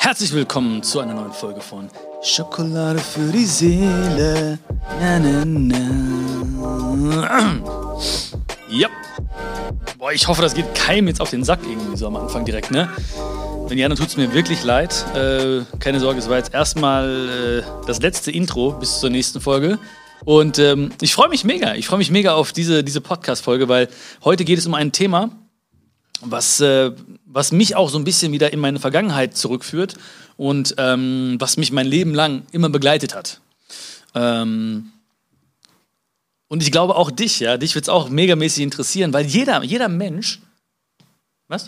Herzlich willkommen zu einer neuen Folge von Schokolade für die Seele. Na, na, na. Ja. Boah, ich hoffe, das geht keinem jetzt auf den Sack irgendwie so am Anfang direkt, ne? Wenn ja, dann tut es mir wirklich leid. Keine Sorge, es war jetzt erstmal das letzte Intro bis zur nächsten Folge. Und ich freue mich mega. Ich freue mich mega auf diese Podcast-Folge, weil heute geht es um ein Thema, was mich auch so ein bisschen wieder in meine Vergangenheit zurückführt und was mich mein Leben lang immer begleitet hat. Und ich glaube auch dich wird es auch megamäßig interessieren, weil jeder Mensch... Was?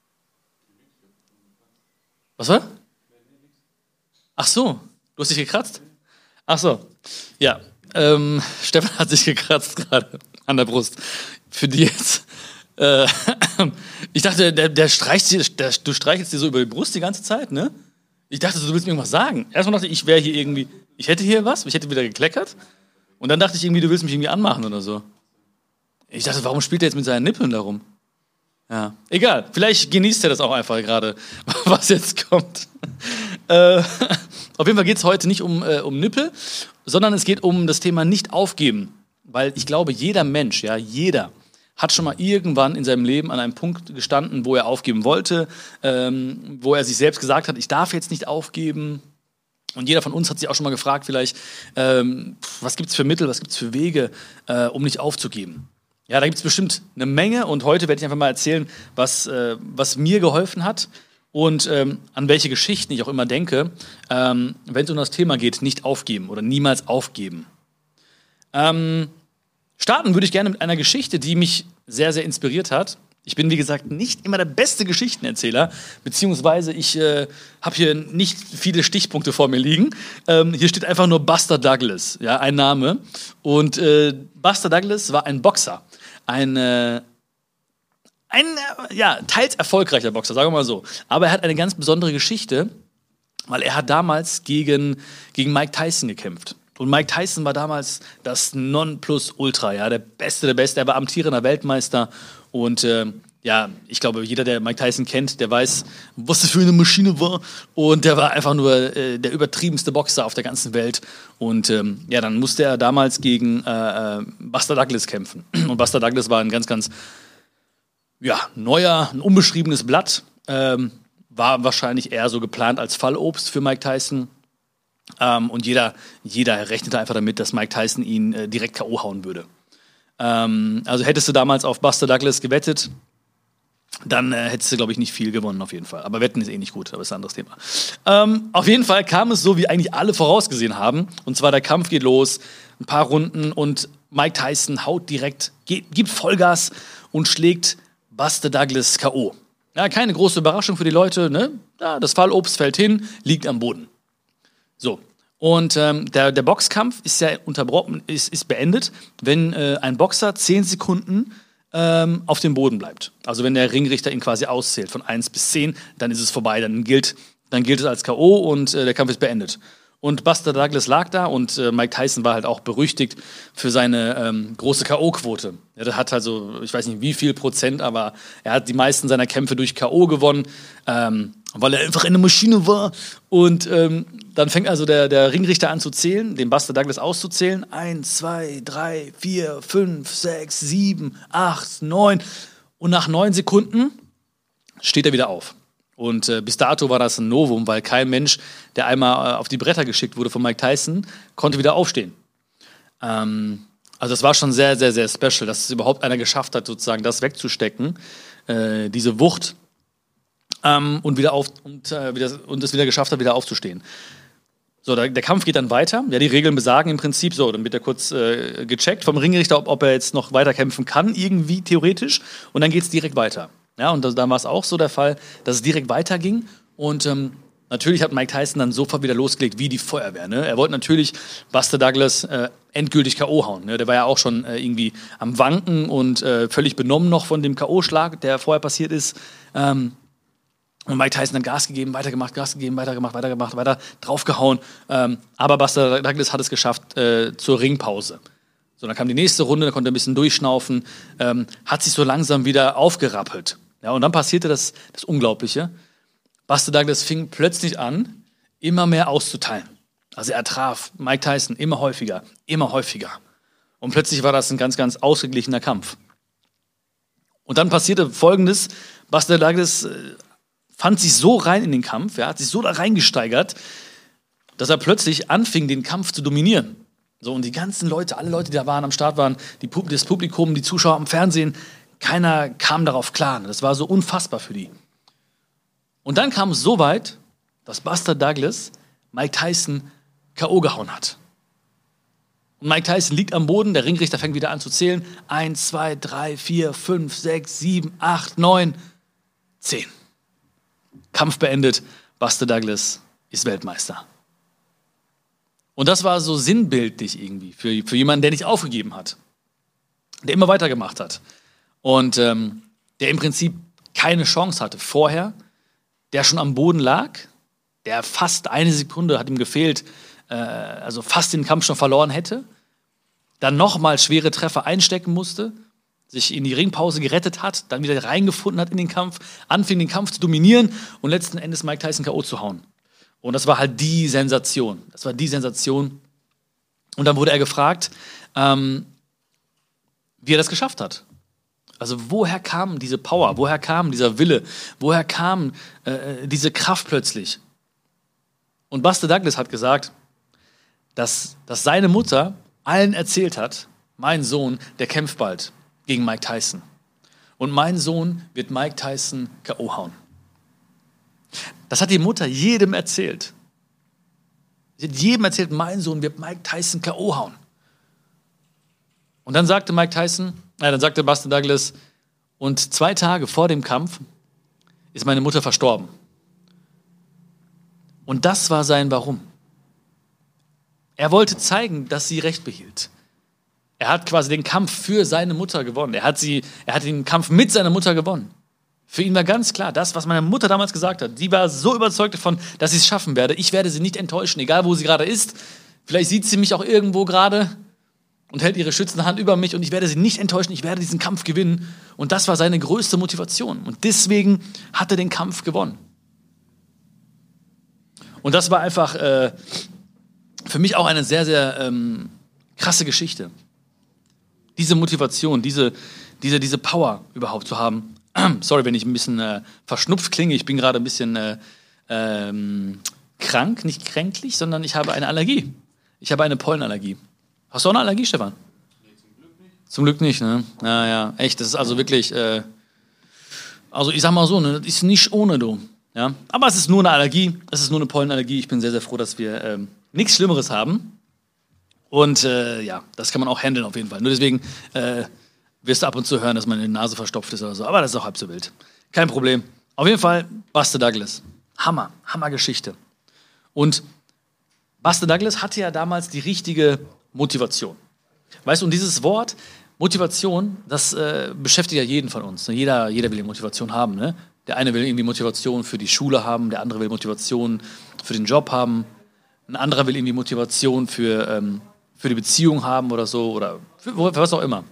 Was war? Ach so, du hast dich gekratzt? Ach so, ja. Stefan hat sich gekratzt gerade an der Brust. Für die jetzt... ich dachte, du streichelst dir so über die Brust die ganze Zeit, ne? Ich dachte, du willst mir irgendwas sagen. Erstmal dachte ich, ich hätte hier was, ich hätte wieder gekleckert. Und dann dachte ich irgendwie, du willst mich irgendwie anmachen oder so. Ich dachte, warum spielt er jetzt mit seinen Nippeln da rum? Ja, egal. Vielleicht genießt er das auch einfach gerade, was jetzt kommt. Auf jeden Fall geht es heute nicht um Nippel, sondern es geht um das Thema nicht aufgeben. Weil ich glaube, jeder Mensch, jeder hat schon mal irgendwann in seinem Leben an einem Punkt gestanden, wo er aufgeben wollte, wo er sich selbst gesagt hat, ich darf jetzt nicht aufgeben. Und jeder von uns hat sich auch schon mal gefragt vielleicht, was gibt es für Mittel, was gibt es für Wege, um nicht aufzugeben. Ja, da gibt es bestimmt eine Menge und heute werde ich einfach mal erzählen, was mir geholfen hat und an welche Geschichten ich auch immer denke, wenn es um das Thema geht, nicht aufgeben oder niemals aufgeben. Starten würde ich gerne mit einer Geschichte, die mich sehr, sehr inspiriert hat. Ich bin, wie gesagt, nicht immer der beste Geschichtenerzähler, beziehungsweise ich habe hier nicht viele Stichpunkte vor mir liegen. Hier steht einfach nur Buster Douglas, ja, ein Name. Und Buster Douglas war ein Boxer. Ein teils erfolgreicher Boxer, sagen wir mal so. Aber er hat eine ganz besondere Geschichte, weil er hat damals gegen Mike Tyson gekämpft. Und Mike Tyson war damals das Nonplusultra, ja, der Beste der Beste. Er war amtierender Weltmeister. Und ich glaube, jeder, der Mike Tyson kennt, der weiß, was das für eine Maschine war. Und der war einfach nur der übertriebenste Boxer auf der ganzen Welt. Und dann musste er damals gegen Buster Douglas kämpfen. Und Buster Douglas war ein ganz, ganz ein unbeschriebenes Blatt. War wahrscheinlich eher so geplant als Fallobst für Mike Tyson. Und jeder rechnete einfach damit, dass Mike Tyson ihn direkt K.O. hauen würde. Also hättest du damals auf Buster Douglas gewettet, dann hättest du, glaube ich, nicht viel gewonnen auf jeden Fall. Aber Wetten ist eh nicht gut, aber ist ein anderes Thema. Auf jeden Fall kam es so, wie eigentlich alle vorausgesehen haben. Und zwar der Kampf geht los, ein paar Runden und Mike Tyson haut direkt, gibt Vollgas und schlägt Buster Douglas K.O. Ja, keine große Überraschung für die Leute, ne? Ja, das Fallobst fällt hin, liegt am Boden. So. Und der Boxkampf ist ja unterbrochen, ist beendet, wenn ein Boxer 10 Sekunden auf dem Boden bleibt. Also wenn der Ringrichter ihn quasi auszählt von 1 bis 10, dann ist es vorbei, dann gilt es als K.O. und der Kampf ist beendet. Und Buster Douglas lag da und Mike Tyson war halt auch berüchtigt für seine große K.O.-Quote. Ja, der hat also, ich weiß nicht wie viel Prozent, aber er hat die meisten seiner Kämpfe durch K.O. gewonnen, weil er einfach eine Maschine war. Und dann fängt also der Ringrichter an zu zählen, den Buster Douglas auszuzählen. 1, 2, 3, 4, 5, 6, 7, 8, 9. Und nach 9 Sekunden steht er wieder auf. Und bis dato war das ein Novum, weil kein Mensch, der einmal auf die Bretter geschickt wurde von Mike Tyson, konnte wieder aufstehen. Also das war schon sehr, sehr, sehr special, dass es überhaupt einer geschafft hat, sozusagen das wegzustecken, diese Wucht, und es wieder geschafft hat, wieder aufzustehen. So, der Kampf geht dann weiter. Ja, die Regeln besagen im Prinzip so, dann wird er kurz gecheckt vom Ringrichter, ob er jetzt noch weiter kämpfen kann, irgendwie theoretisch. Und dann geht es direkt weiter. Ja, und dann war es auch so der Fall, dass es direkt weiterging. Und natürlich hat Mike Tyson dann sofort wieder losgelegt wie die Feuerwehr. Ne? Er wollte natürlich Buster Douglas endgültig K.O. hauen. Ne? Der war ja auch schon irgendwie am Wanken und völlig benommen noch von dem K.O.-Schlag, der vorher passiert ist. Und Mike Tyson dann Gas gegeben, weitergemacht, weiter draufgehauen. Aber Buster Douglas hat es geschafft zur Ringpause. So, dann kam die nächste Runde, da konnte er ein bisschen durchschnaufen, hat sich so langsam wieder aufgerappelt. Ja, und dann passierte das Unglaubliche. Buster Douglas fing plötzlich an, immer mehr auszuteilen. Also er traf Mike Tyson immer häufiger, immer häufiger. Und plötzlich war das ein ganz, ganz ausgeglichener Kampf. Und dann passierte Folgendes: Buster Douglas fand sich so rein in den Kampf, hat sich so da reingesteigert, dass er plötzlich anfing, den Kampf zu dominieren. So, und die ganzen Leute, alle Leute, die da waren, am Start waren, das Publikum, die Zuschauer am Fernsehen, keiner kam darauf klar. Das war so unfassbar für die. Und dann kam es so weit, dass Buster Douglas Mike Tyson K.O. gehauen hat. Und Mike Tyson liegt am Boden, der Ringrichter fängt wieder an zu zählen. 1, 2, 3, 4, 5, 6, 7, 8, 9, 10. Kampf beendet, Buster Douglas ist Weltmeister. Und das war so sinnbildlich irgendwie für jemanden, der nicht aufgegeben hat, der immer weitergemacht hat und der im Prinzip keine Chance hatte vorher, der schon am Boden lag, der fast eine Sekunde hat ihm gefehlt, also fast den Kampf schon verloren hätte, dann nochmal schwere Treffer einstecken musste, sich in die Ringpause gerettet hat, dann wieder reingefunden hat in den Kampf, anfing den Kampf zu dominieren und letzten Endes Mike Tyson K.O. zu hauen. Und das war halt die Sensation. Das war die Sensation. Und dann wurde er gefragt, wie er das geschafft hat. Also woher kam diese Power? Woher kam dieser Wille? Woher kam diese Kraft plötzlich? Und Buster Douglas hat gesagt, dass seine Mutter allen erzählt hat, mein Sohn, der kämpft bald gegen Mike Tyson. Und mein Sohn wird Mike Tyson K.O. hauen. Das hat die Mutter jedem erzählt. Sie hat jedem erzählt, mein Sohn wird Mike Tyson K.O. hauen. Und dann sagte dann sagte Buster Douglas, und 2 Tage vor dem Kampf ist meine Mutter verstorben. Und das war sein Warum. Er wollte zeigen, dass sie Recht behielt. Er hat quasi den Kampf für seine Mutter gewonnen. Er hat den Kampf mit seiner Mutter gewonnen. Für ihn war ganz klar, das, was meine Mutter damals gesagt hat, sie war so überzeugt davon, dass ich es schaffen werde. Ich werde sie nicht enttäuschen, egal wo sie gerade ist. Vielleicht sieht sie mich auch irgendwo gerade und hält ihre schützende Hand über mich und ich werde sie nicht enttäuschen, ich werde diesen Kampf gewinnen. Und das war seine größte Motivation. Und deswegen hat er den Kampf gewonnen. Und das war einfach für mich auch eine sehr, sehr krasse Geschichte. Diese Motivation, diese Power überhaupt zu haben. Sorry, wenn ich ein bisschen verschnupft klinge. Ich bin gerade ein bisschen krank, nicht kränklich, sondern ich habe eine Allergie. Ich habe eine Pollenallergie. Hast du auch eine Allergie, Stefan? Nee, zum Glück nicht. Ne? Ja, echt. Das ist also wirklich, also ich sag mal so, ne, das ist nicht ohne, du. Ja? Aber es ist nur eine Allergie, es ist nur eine Pollenallergie. Ich bin sehr, sehr froh, dass wir nichts Schlimmeres haben. Und ja, das kann man auch handeln auf jeden Fall. Nur deswegen wirst du ab und zu hören, dass meine Nase verstopft ist oder so. Aber das ist auch halb so wild. Kein Problem. Auf jeden Fall Buster Douglas. Hammergeschichte. Und Buster Douglas hatte ja damals die richtige Motivation. Weißt du, und dieses Wort Motivation, das beschäftigt ja jeden von uns. Jeder will Motivation haben. Ne? Der eine will irgendwie Motivation für die Schule haben, der andere will Motivation für den Job haben, ein anderer will irgendwie Motivation für die Beziehung haben oder so oder für was auch immer.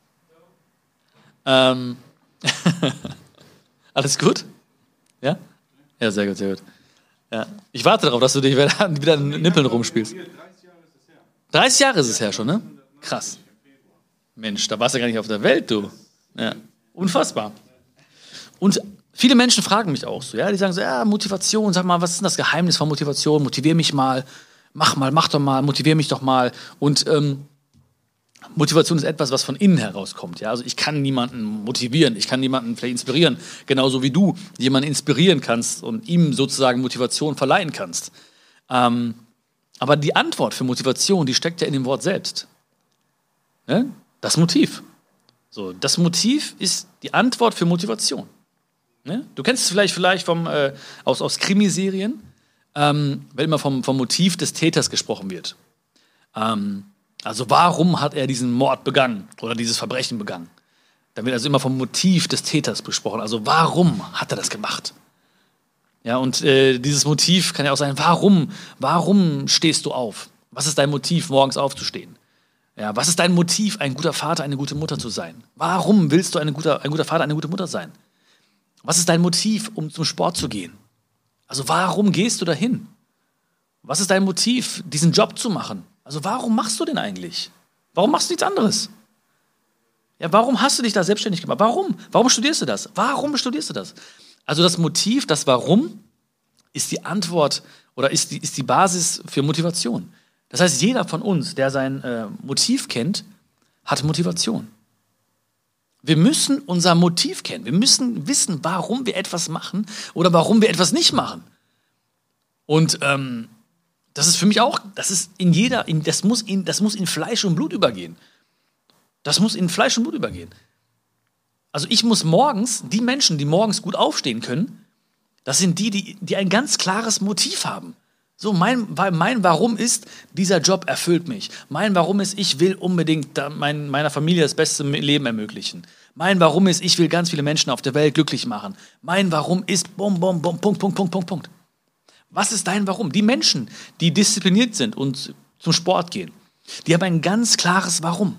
Alles gut? Ja? Ja, sehr gut, sehr gut. Ja. Ich warte darauf, dass du dich wieder an den Nippeln rumspielst. 30 Jahre ist es her schon, ne? Krass. Mensch, da warst du gar nicht auf der Welt, du. Ja. Unfassbar. Und viele Menschen fragen mich auch so, ja, die sagen so, ja, Motivation, sag mal, was ist denn das Geheimnis von Motivation? Motivier mich mal, mach doch mal, motivier mich doch mal. Und Motivation ist etwas, was von innen herauskommt. Ja? Also ich kann niemanden motivieren, ich kann niemanden vielleicht inspirieren, genauso wie du jemanden inspirieren kannst und ihm sozusagen Motivation verleihen kannst. Aber die Antwort für Motivation, die steckt ja in dem Wort selbst. Ne? Das Motiv. So, das Motiv ist die Antwort für Motivation. Ne? Du kennst es vielleicht aus Krimiserien, wenn immer vom Motiv des Täters gesprochen wird. Also warum hat er diesen Mord begangen oder dieses Verbrechen begangen? Da wird also immer vom Motiv des Täters besprochen. Also warum hat er das gemacht? Ja, und dieses Motiv kann ja auch sein, warum stehst du auf? Was ist dein Motiv, morgens aufzustehen? Ja, was ist dein Motiv, ein guter Vater, eine gute Mutter zu sein? Warum willst du ein guter Vater, eine gute Mutter sein? Was ist dein Motiv, um zum Sport zu gehen? Also warum gehst du dahin? Was ist dein Motiv, diesen Job zu machen? Also warum machst du den eigentlich? Warum machst du nichts anderes? Ja, warum hast du dich da selbstständig gemacht? Warum? Warum studierst du das? Warum studierst du das? Also das Motiv, das Warum, ist die Antwort oder ist die Basis für Motivation. Das heißt, jeder von uns, der sein Motiv kennt, hat Motivation. Wir müssen unser Motiv kennen. Wir müssen wissen, warum wir etwas machen oder warum wir etwas nicht machen. Und das ist für mich auch, das ist das muss in Fleisch und Blut übergehen. Das muss in Fleisch und Blut übergehen. Also ich muss morgens, die Menschen, die morgens gut aufstehen können, das sind die ein ganz klares Motiv haben. So, mein Warum ist, dieser Job erfüllt mich. Mein Warum ist, ich will unbedingt meiner Familie das beste Leben ermöglichen. Mein Warum ist, ich will ganz viele Menschen auf der Welt glücklich machen. Mein Warum ist, Punkt. Was ist dein Warum? Die Menschen, die diszipliniert sind und zum Sport gehen, die haben ein ganz klares Warum.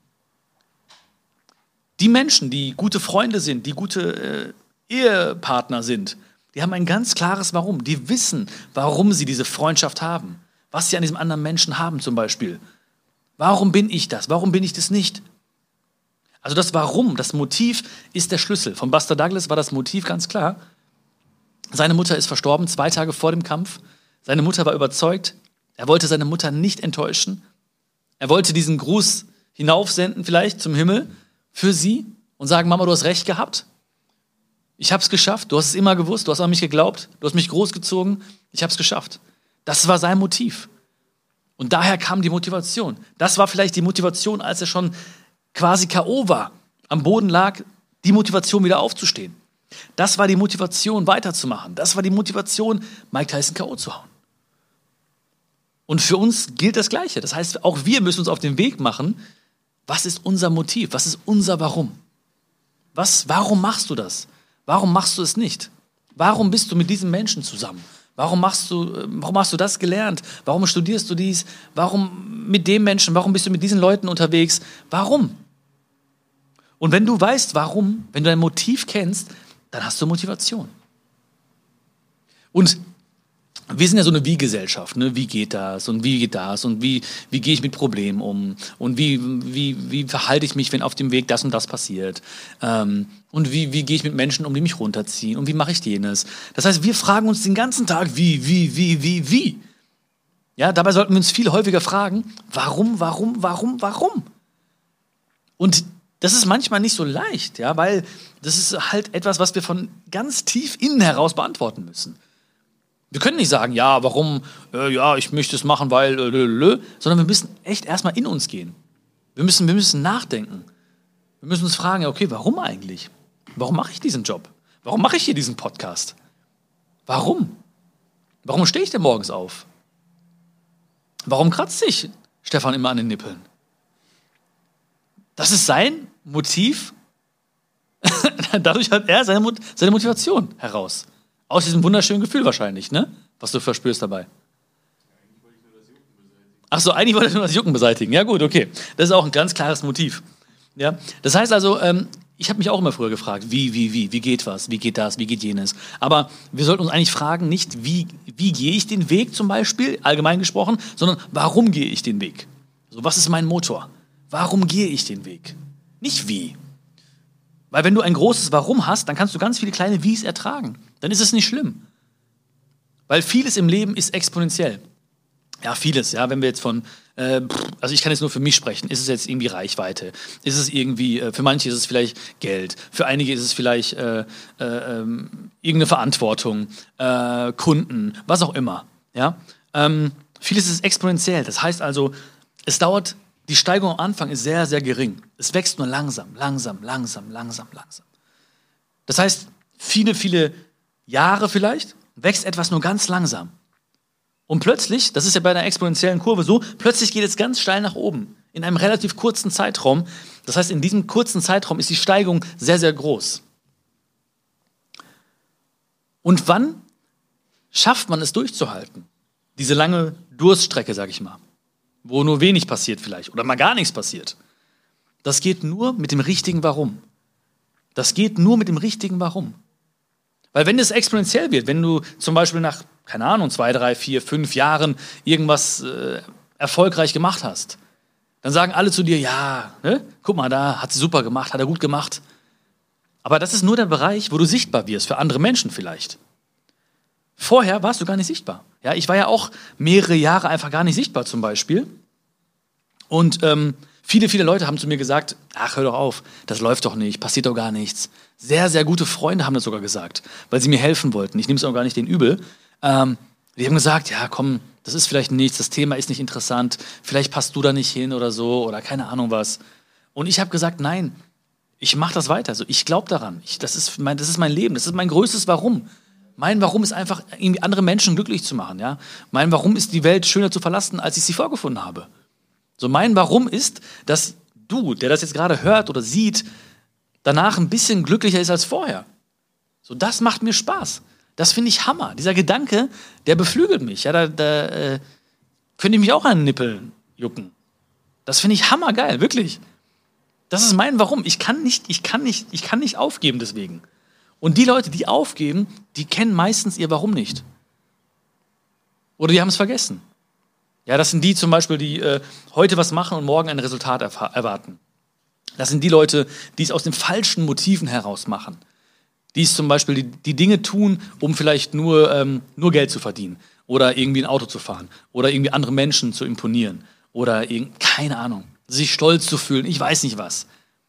Die Menschen, die gute Freunde sind, die gute Ehepartner sind, die haben ein ganz klares Warum. Die wissen, warum sie diese Freundschaft haben. Was sie an diesem anderen Menschen haben zum Beispiel. Warum bin ich das? Warum bin ich das nicht? Also das Warum, das Motiv ist der Schlüssel. Von Buster Douglas war das Motiv ganz klar. Seine Mutter ist verstorben, 2 Tage vor dem Kampf. Seine Mutter war überzeugt. Er wollte seine Mutter nicht enttäuschen. Er wollte diesen Gruß hinaufsenden vielleicht zum Himmel für sie und sagen, Mama, du hast recht gehabt. Ich habe es geschafft. Du hast es immer gewusst. Du hast an mich geglaubt. Du hast mich großgezogen. Ich habe es geschafft. Das war sein Motiv. Und daher kam die Motivation. Das war vielleicht die Motivation, als er schon quasi K.O. war, am Boden lag, die Motivation wieder aufzustehen. Das war die Motivation, weiterzumachen. Das war die Motivation, Mike Tyson K.O. zu hauen. Und für uns gilt das Gleiche. Das heißt, auch wir müssen uns auf den Weg machen. Was ist unser Motiv? Was ist unser Warum? Warum machst du das? Warum machst du es nicht? Warum bist du mit diesen Menschen zusammen? Warum hast du das gelernt? Warum studierst du dies? Warum mit dem Menschen? Warum bist du mit diesen Leuten unterwegs? Warum? Und wenn du weißt, warum, wenn du dein Motiv kennst, dann hast du Motivation. Und wir sind ja so eine Wie-Gesellschaft, ne? Wie geht das und wie geht das und wie gehe ich mit Problemen um und wie verhalte ich mich, wenn auf dem Weg das und das passiert und wie gehe ich mit Menschen um, die mich runterziehen und wie mache ich jenes. Das heißt, wir fragen uns den ganzen Tag wie. Ja, dabei sollten wir uns viel häufiger fragen, warum? Und das ist manchmal nicht so leicht, ja, weil das ist halt etwas, was wir von ganz tief innen heraus beantworten müssen. Wir können nicht sagen, ja, warum, ich möchte es machen, weil, sondern wir müssen echt erstmal in uns gehen. Wir müssen nachdenken. Wir müssen uns fragen, okay, warum eigentlich? Warum mache ich diesen Job? Warum mache ich hier diesen Podcast? Warum? Warum stehe ich denn morgens auf? Warum kratzt sich Stefan immer an den Nippeln? Das ist sein Motiv. Dadurch hat er seine Motivation heraus. Aus diesem wunderschönen Gefühl wahrscheinlich, ne? Was du verspürst dabei. Ach so, eigentlich wollte ich nur das Jucken beseitigen. Ja gut, okay. Das ist auch ein ganz klares Motiv. Ja? Das heißt also, ich habe mich auch immer früher gefragt, wie geht was, wie geht das, wie geht jenes. Aber wir sollten uns eigentlich fragen, nicht wie gehe ich den Weg zum Beispiel, allgemein gesprochen, sondern warum gehe ich den Weg? So, was ist mein Motor? Warum gehe ich den Weg? Nicht wie. Weil wenn du ein großes Warum hast, dann kannst du ganz viele kleine Wies ertragen. Dann ist es nicht schlimm. Weil vieles im Leben ist exponentiell. Ja, vieles, ja, wenn wir jetzt also ich kann jetzt nur für mich sprechen, ist es jetzt irgendwie Reichweite, ist es irgendwie, für manche ist es vielleicht Geld, für einige ist es vielleicht irgendeine Verantwortung, Kunden, was auch immer, ja. Vieles ist exponentiell, das heißt also, die Steigung am Anfang ist sehr, sehr gering. Es wächst nur langsam. Das heißt, viele Jahre vielleicht, wächst etwas nur ganz langsam. Und plötzlich, das ist ja bei einer exponentiellen Kurve so, plötzlich geht es ganz steil nach oben. In einem relativ kurzen Zeitraum. Das heißt, in diesem kurzen Zeitraum ist die Steigung sehr, sehr groß. Und wann schafft man es durchzuhalten? Diese lange Durststrecke, sag ich mal. Wo nur wenig passiert vielleicht oder mal gar nichts passiert. Das geht nur mit dem richtigen Warum. Das geht nur mit dem richtigen Warum. Weil wenn es exponentiell wird, wenn du zum Beispiel nach, keine Ahnung, 2, 3, 4, 5 Jahren irgendwas erfolgreich gemacht hast, dann sagen alle zu dir, ja, ne? Guck mal, da hat sie super gemacht, hat er gut gemacht. Aber das ist nur der Bereich, wo du sichtbar wirst, für andere Menschen vielleicht. Vorher warst du gar nicht sichtbar. Ja, ich war ja auch mehrere Jahre einfach gar nicht sichtbar zum Beispiel. Und viele Leute haben zu mir gesagt, ach, hör doch auf, das läuft doch nicht, passiert doch gar nichts. Sehr, sehr gute Freunde haben das sogar gesagt, weil sie mir helfen wollten. Ich nehme es auch gar nicht denen übel. Die haben gesagt, ja komm, das ist vielleicht nichts, das Thema ist nicht interessant, vielleicht passt du da nicht hin oder so oder keine Ahnung was. Und ich habe gesagt, nein, ich mache das weiter. Also ich glaube daran. Das ist mein Leben, das ist mein größtes Warum. Mein Warum ist einfach, irgendwie andere Menschen glücklich zu machen. Ja? Mein Warum ist, die Welt schöner zu verlassen, als ich sie vorgefunden habe. So, mein Warum ist, dass du, der das jetzt gerade hört oder sieht, danach ein bisschen glücklicher ist als vorher. So, das macht mir Spaß. Das finde ich Hammer. Dieser Gedanke, der beflügelt mich. Ja, da könnte ich mich auch an den Nippeln jucken. Das finde ich hammergeil, wirklich. Das ist mein Warum. Ich kann nicht aufgeben deswegen. Und die Leute, die aufgeben, die kennen meistens ihr Warum nicht. Oder die haben es vergessen. Ja, das sind die zum Beispiel, die heute was machen und morgen ein Resultat erwarten. Das sind die Leute, die es aus den falschen Motiven heraus machen. Die es zum Beispiel die Dinge tun, um vielleicht nur Geld zu verdienen. Oder irgendwie ein Auto zu fahren. Oder irgendwie andere Menschen zu imponieren. Oder keine Ahnung, sich stolz zu fühlen. Ich weiß nicht was.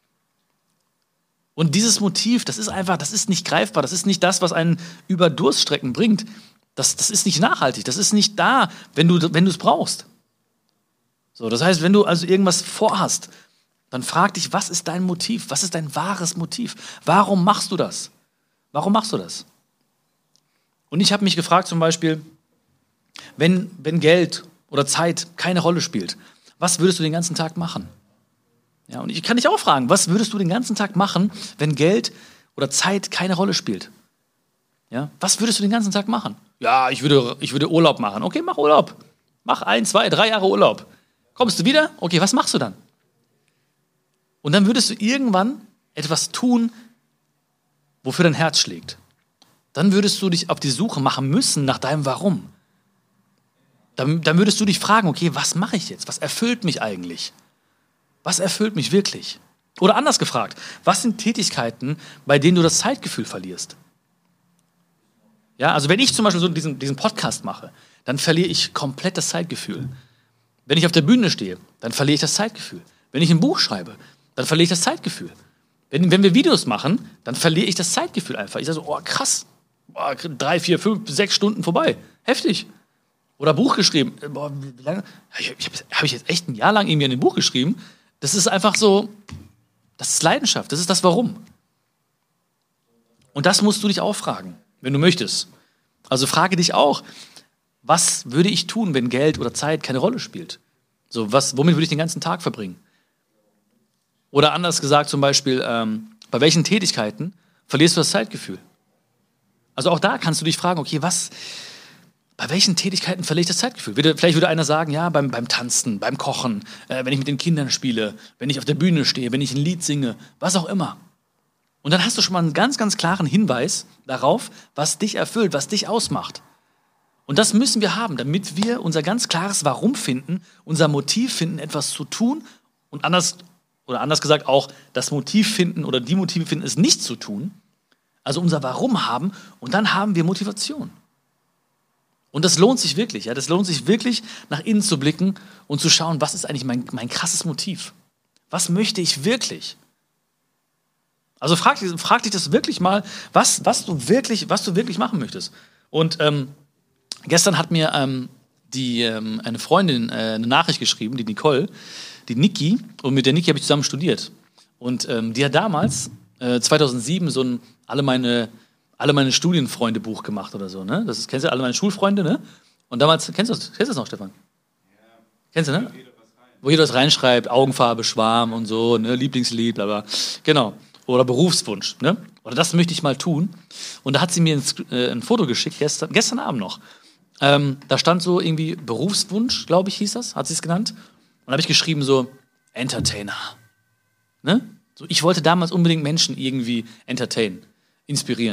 Und dieses Motiv, das ist nicht greifbar. Das ist nicht das, was einen über Durststrecken bringt. Das ist nicht nachhaltig, das ist nicht da, wenn du es brauchst. So, das heißt, wenn du also irgendwas vorhast, dann frag dich, was ist dein Motiv? Was ist dein wahres Motiv? Warum machst du das? Warum machst du das? Und ich habe mich gefragt zum Beispiel, wenn Geld oder Zeit keine Rolle spielt, was würdest du den ganzen Tag machen? Ja, und ich kann dich auch fragen, was würdest du den ganzen Tag machen, wenn Geld oder Zeit keine Rolle spielt? Ja, was würdest du den ganzen Tag machen? Ja, ich würde Urlaub machen. Okay, mach Urlaub. Mach 1, 2, 3 Jahre Urlaub. Kommst du wieder? Okay, was machst du dann? Und dann würdest du irgendwann etwas tun, wofür dein Herz schlägt. Dann würdest du dich auf die Suche machen müssen nach deinem Warum. Dann würdest du dich fragen, okay, was mache ich jetzt? Was erfüllt mich eigentlich? Was erfüllt mich wirklich? Oder anders gefragt, was sind Tätigkeiten, bei denen du das Zeitgefühl verlierst? Ja, also wenn ich zum Beispiel so diesen Podcast mache, dann verliere ich komplett das Zeitgefühl. Wenn ich auf der Bühne stehe, dann verliere ich das Zeitgefühl. Wenn ich ein Buch schreibe, dann verliere ich das Zeitgefühl. Wenn wir Videos machen, dann verliere ich das Zeitgefühl einfach. Ich sage so, oh krass, 3, 4, 5, 6 Stunden vorbei. Heftig. Oder Buch geschrieben. Boah, wie lange? Habe ich jetzt echt ein Jahr lang irgendwie an dem Buch geschrieben? Das ist einfach so, das ist Leidenschaft, das ist das Warum. Und das musst du dich auch fragen, wenn du möchtest. Also frage dich auch, was würde ich tun, wenn Geld oder Zeit keine Rolle spielt? So, womit würde ich den ganzen Tag verbringen? Oder anders gesagt zum Beispiel, bei welchen Tätigkeiten verlierst du das Zeitgefühl? Also auch da kannst du dich fragen, okay, bei welchen Tätigkeiten verliere ich das Zeitgefühl? Vielleicht würde einer sagen, ja, beim Tanzen, beim Kochen, wenn ich mit den Kindern spiele, wenn ich auf der Bühne stehe, wenn ich ein Lied singe, was auch immer. Und dann hast du schon mal einen ganz, ganz klaren Hinweis darauf, was dich erfüllt, was dich ausmacht. Und das müssen wir haben, damit wir unser ganz klares Warum finden, unser Motiv finden, etwas zu tun und anders gesagt auch das Motiv finden oder die Motive finden, es nicht zu tun. Also unser Warum haben und dann haben wir Motivation. Und das lohnt sich wirklich. Ja? Das lohnt sich wirklich, nach innen zu blicken und zu schauen, was ist eigentlich mein krasses Motiv? Was möchte ich wirklich? Also frag dich das wirklich mal, was du wirklich machen möchtest. Und gestern hat mir eine Freundin eine Nachricht geschrieben, die Nicole, die Niki, und mit der Niki habe ich zusammen studiert. Und die hat damals, 2007, so ein alle meine Studienfreunde-Buch gemacht oder so, ne? Kennst du alle meine Schulfreunde, ne? Und damals, kennst du das noch, Stefan? Ja. Kennst du, ne? Wo jeder was reinschreibt, Augenfarbe, Schwarm und so, ne? Lieblingslied, bla bla. Genau. Oder Berufswunsch, ne? Oder das möchte ich mal tun. Und da hat sie mir ein Foto geschickt, gestern Abend noch. Da stand so irgendwie Berufswunsch, glaube ich, hieß das, hat sie es genannt. Und da habe ich geschrieben so, Entertainer. Ne? So, ich wollte damals unbedingt Menschen irgendwie entertainen, inspirieren.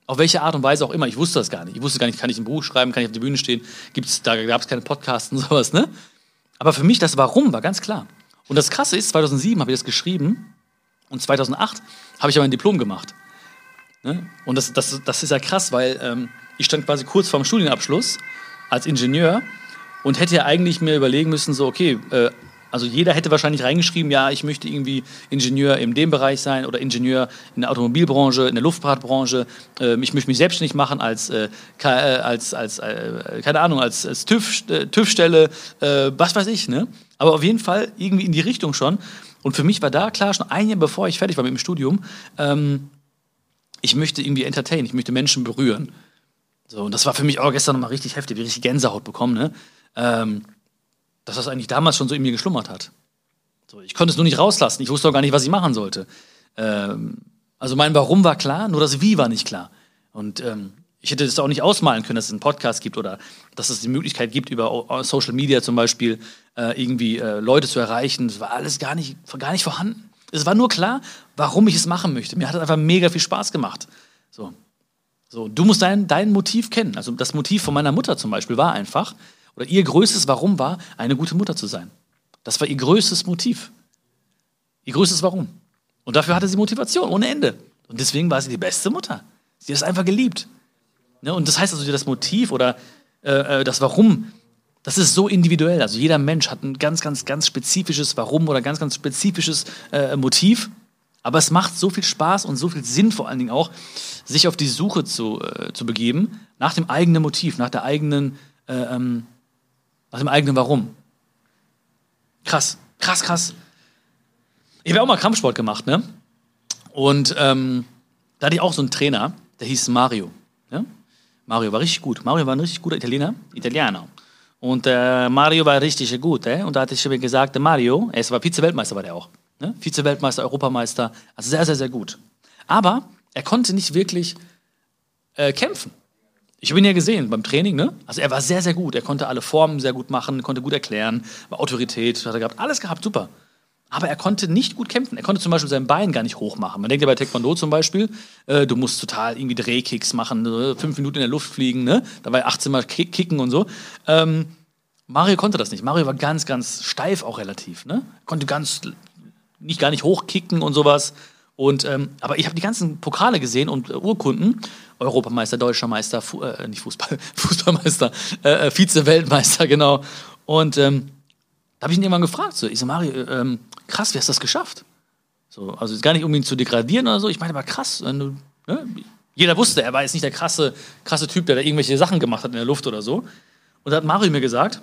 Auf welche Art und Weise auch immer. Ich wusste das gar nicht. Ich wusste gar nicht, kann ich ein Buch schreiben, kann ich auf der Bühne stehen? Da gab es keine Podcasts und sowas, ne? Aber für mich das Warum war ganz klar. Und das Krasse ist, 2007 habe ich das geschrieben und 2008 habe ich aber ein Diplom gemacht. Ne? Und das ist ja krass, weil ich stand quasi kurz vorm Studienabschluss als Ingenieur und hätte ja eigentlich mir überlegen müssen, so okay, also jeder hätte wahrscheinlich reingeschrieben, ja, ich möchte irgendwie Ingenieur in dem Bereich sein oder Ingenieur in der Automobilbranche, in der Luftfahrtbranche. Ich möchte mich selbstständig machen als keine Ahnung, als TÜV-Stelle, was weiß ich, ne? Aber auf jeden Fall irgendwie in die Richtung schon. Und für mich war da klar, schon ein Jahr bevor ich fertig war mit dem Studium, ich möchte irgendwie entertainen, ich möchte Menschen berühren. So, und das war für mich auch gestern nochmal richtig heftig, wie richtig Gänsehaut bekommen, ne? Dass das eigentlich damals schon so in mir geschlummert hat. So, ich konnte es nur nicht rauslassen. Ich wusste auch gar nicht, was ich machen sollte. Also mein Warum war klar, nur das Wie war nicht klar. Und ich hätte das auch nicht ausmalen können, dass es einen Podcast gibt oder dass es die Möglichkeit gibt, über Social Media zum Beispiel irgendwie Leute zu erreichen. Das war alles gar nicht vorhanden. Es war nur klar, warum ich es machen möchte. Mir hat es einfach mega viel Spaß gemacht. So, du musst dein Motiv kennen. Also das Motiv von meiner Mutter zum Beispiel war einfach, oder ihr größtes Warum war, eine gute Mutter zu sein. Das war ihr größtes Motiv. Ihr größtes Warum. Und dafür hatte sie Motivation ohne Ende. Und deswegen war sie die beste Mutter. Sie hat es einfach geliebt. Ne? Und das heißt also, das Motiv oder das Warum, das ist so individuell. Also jeder Mensch hat ein ganz, ganz, ganz spezifisches Warum oder ganz, ganz spezifisches Motiv. Aber es macht so viel Spaß und so viel Sinn vor allen Dingen auch, sich auf die Suche zu begeben nach dem eigenen Motiv, nach dem eigenen Warum. Krass. Ich habe auch mal Kampfsport gemacht, ne? Und da hatte ich auch so einen Trainer, der hieß Mario. Ja? Mario war richtig gut. Mario war ein richtig guter Italiener. Und Mario war richtig gut. Und da hatte ich mir gesagt, Mario, er war Vize-Weltmeister, war der auch. Ne? Vize-Weltmeister, Europameister, also sehr, sehr, sehr gut. Aber er konnte nicht wirklich kämpfen. Ich habe ihn ja gesehen beim Training, ne? Also er war sehr, sehr gut. Er konnte alle Formen sehr gut machen, konnte gut erklären, war Autorität, hat er gehabt, alles gehabt, super. Aber er konnte nicht gut kämpfen. Er konnte zum Beispiel sein Bein gar nicht hoch machen. Man denkt ja bei Taekwondo zum Beispiel, du musst total irgendwie Drehkicks machen, 5 Minuten in der Luft fliegen, ne? Dabei 18 Mal kicken und so. Mario konnte das nicht. Mario war ganz, ganz steif auch relativ, ne? Konnte gar nicht hochkicken und sowas. Aber ich habe die ganzen Pokale gesehen und Urkunden. Europameister, Deutscher Meister, nicht Fußball, Fußballmeister, Vize-Weltmeister, genau. Und da habe ich ihn irgendwann gefragt, so, ich so, Mario, krass, wie hast du das geschafft? So, also gar nicht, um ihn zu degradieren oder so, ich meine, aber krass. Ne? Jeder wusste, er war jetzt nicht der krasse Typ, der da irgendwelche Sachen gemacht hat in der Luft oder so. Und da hat Mario mir gesagt,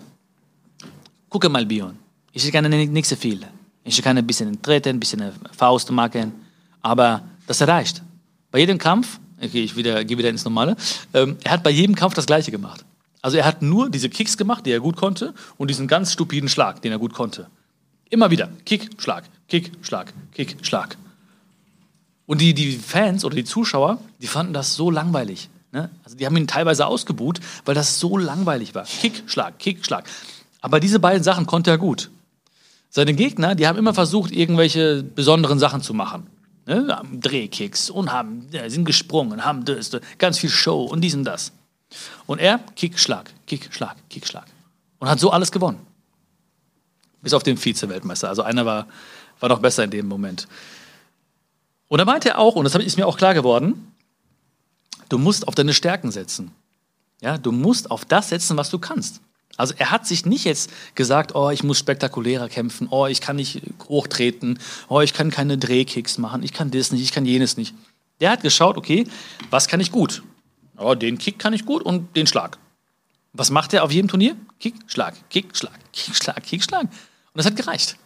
gucke mal, Bion, ich kann nicht so viel. Ich kann ein bisschen treten, ein bisschen Faust machen, aber das reicht. Bei jedem Kampf, okay, ich gehe wieder ins Normale, er hat bei jedem Kampf das Gleiche gemacht. Also er hat nur diese Kicks gemacht, die er gut konnte, und diesen ganz stupiden Schlag, den er gut konnte. Immer wieder. Kick, Schlag, Kick, Schlag, Kick, Schlag. Und die Fans oder die Zuschauer, die fanden das so langweilig. Ne? Also die haben ihn teilweise ausgebuht, weil das so langweilig war. Kick, Schlag, Kick, Schlag. Aber diese beiden Sachen konnte er gut. Seine Gegner, die haben immer versucht, irgendwelche besonderen Sachen zu machen. Ne? Haben Drehkicks und sind gesprungen, haben ganz viel Show und dies und das. Und er, Kick, Schlag, Kick, Schlag, Kick, Schlag. Und hat so alles gewonnen. Bis auf den Vize-Weltmeister. Also einer war noch besser in dem Moment. Und da meinte er auch, und das ist mir auch klar geworden, du musst auf deine Stärken setzen. Ja, du musst auf das setzen, was du kannst. Also er hat sich nicht jetzt gesagt, oh, ich muss spektakulärer kämpfen, oh, ich kann nicht hochtreten, oh, ich kann keine Drehkicks machen, ich kann das nicht, ich kann jenes nicht. Der hat geschaut, okay, was kann ich gut? Oh, den Kick kann ich gut und den Schlag. Was macht er auf jedem Turnier? Kick, Schlag, Kick, Schlag, Kick, Schlag, Kick, Schlag. Und das hat gereicht.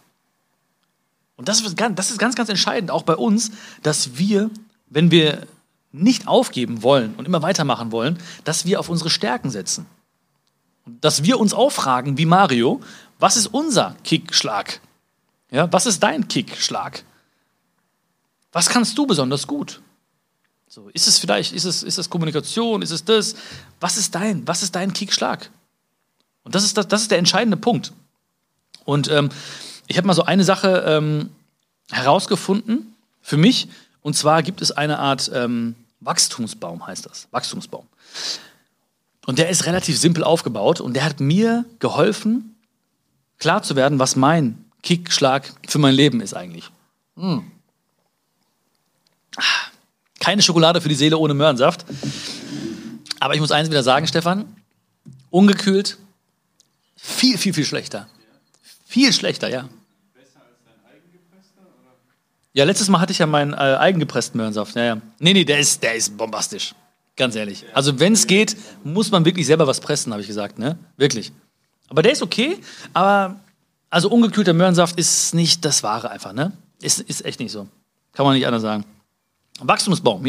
Und das ist ganz, ganz entscheidend, auch bei uns, dass wir, wenn wir nicht aufgeben wollen und immer weitermachen wollen, dass wir auf unsere Stärken setzen. Und dass wir uns auch fragen, wie Mario, was ist unser Kickschlag? Ja, was ist dein Kickschlag? Was kannst du besonders gut? So, ist es Kommunikation, ist es das? Was ist dein Kickschlag? Und das ist der entscheidende Punkt. Und ich habe mal so eine Sache herausgefunden für mich. Und zwar gibt es eine Art Wachstumsbaum heißt das. Wachstumsbaum. Und der ist relativ simpel aufgebaut und der hat mir geholfen, klar zu werden, was mein Kickschlag für mein Leben ist eigentlich. Keine Schokolade für die Seele ohne Möhrensaft. Aber ich muss eins wieder sagen, Stefan, ungekühlt, viel, viel, viel schlechter. Viel schlechter, ja. Besser als dein eigengepresster? Oder? Ja, letztes Mal hatte ich ja meinen eigengepressten Möhrensaft. Ja. Nee, der ist bombastisch. Ganz ehrlich. Also wenn es geht, muss man wirklich selber was pressen, habe ich gesagt, ne? Wirklich. Aber der ist okay, aber also ungekühlter Möhrensaft ist nicht das Wahre einfach, ne? Ist echt nicht so. Kann man nicht anders sagen. Wachstumsbaum.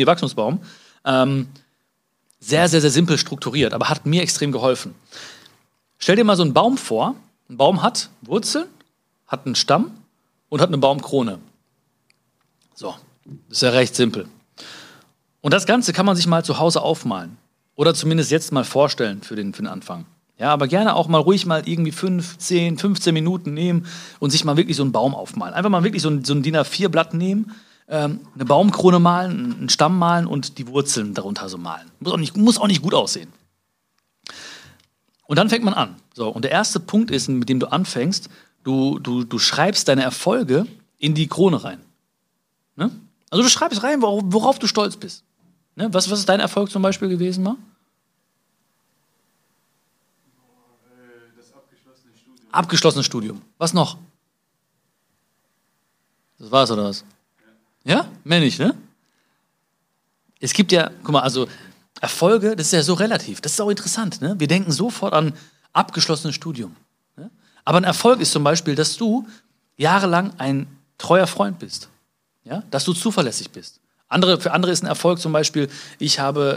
Sehr, sehr, sehr simpel strukturiert, aber hat mir extrem geholfen. Stell dir mal so einen Baum vor. Ein Baum hat Wurzeln, hat einen Stamm und hat eine Baumkrone. So, das ist ja recht simpel. Und das Ganze kann man sich mal zu Hause aufmalen. Oder zumindest jetzt mal vorstellen für den Anfang. Ja, aber gerne auch mal ruhig mal irgendwie 5, 10, 15 Minuten nehmen und sich mal wirklich so einen Baum aufmalen. Einfach mal wirklich so ein DIN A4-Blatt nehmen, eine Baumkrone malen, einen Stamm malen und die Wurzeln darunter so malen. Muss auch nicht gut aussehen. Und dann fängt man an. So, und der erste Punkt ist, mit dem du anfängst, du schreibst deine Erfolge in die Krone rein. Ne? Also du schreibst rein, worauf du stolz bist. Ne? Was ist dein Erfolg zum Beispiel gewesen, mal? Das abgeschlossene Studium. Abgeschlossenes Studium. Was noch? Das war's, oder was? Ja? Mehr nicht, ne? Es gibt ja, guck mal, also Erfolge, das ist ja so relativ. Das ist auch interessant, ne? Wir denken sofort an abgeschlossenes Studium. Ne? Aber ein Erfolg ist zum Beispiel, dass du jahrelang ein treuer Freund bist. Ja? Dass du zuverlässig bist. Für andere ist ein Erfolg zum Beispiel, ich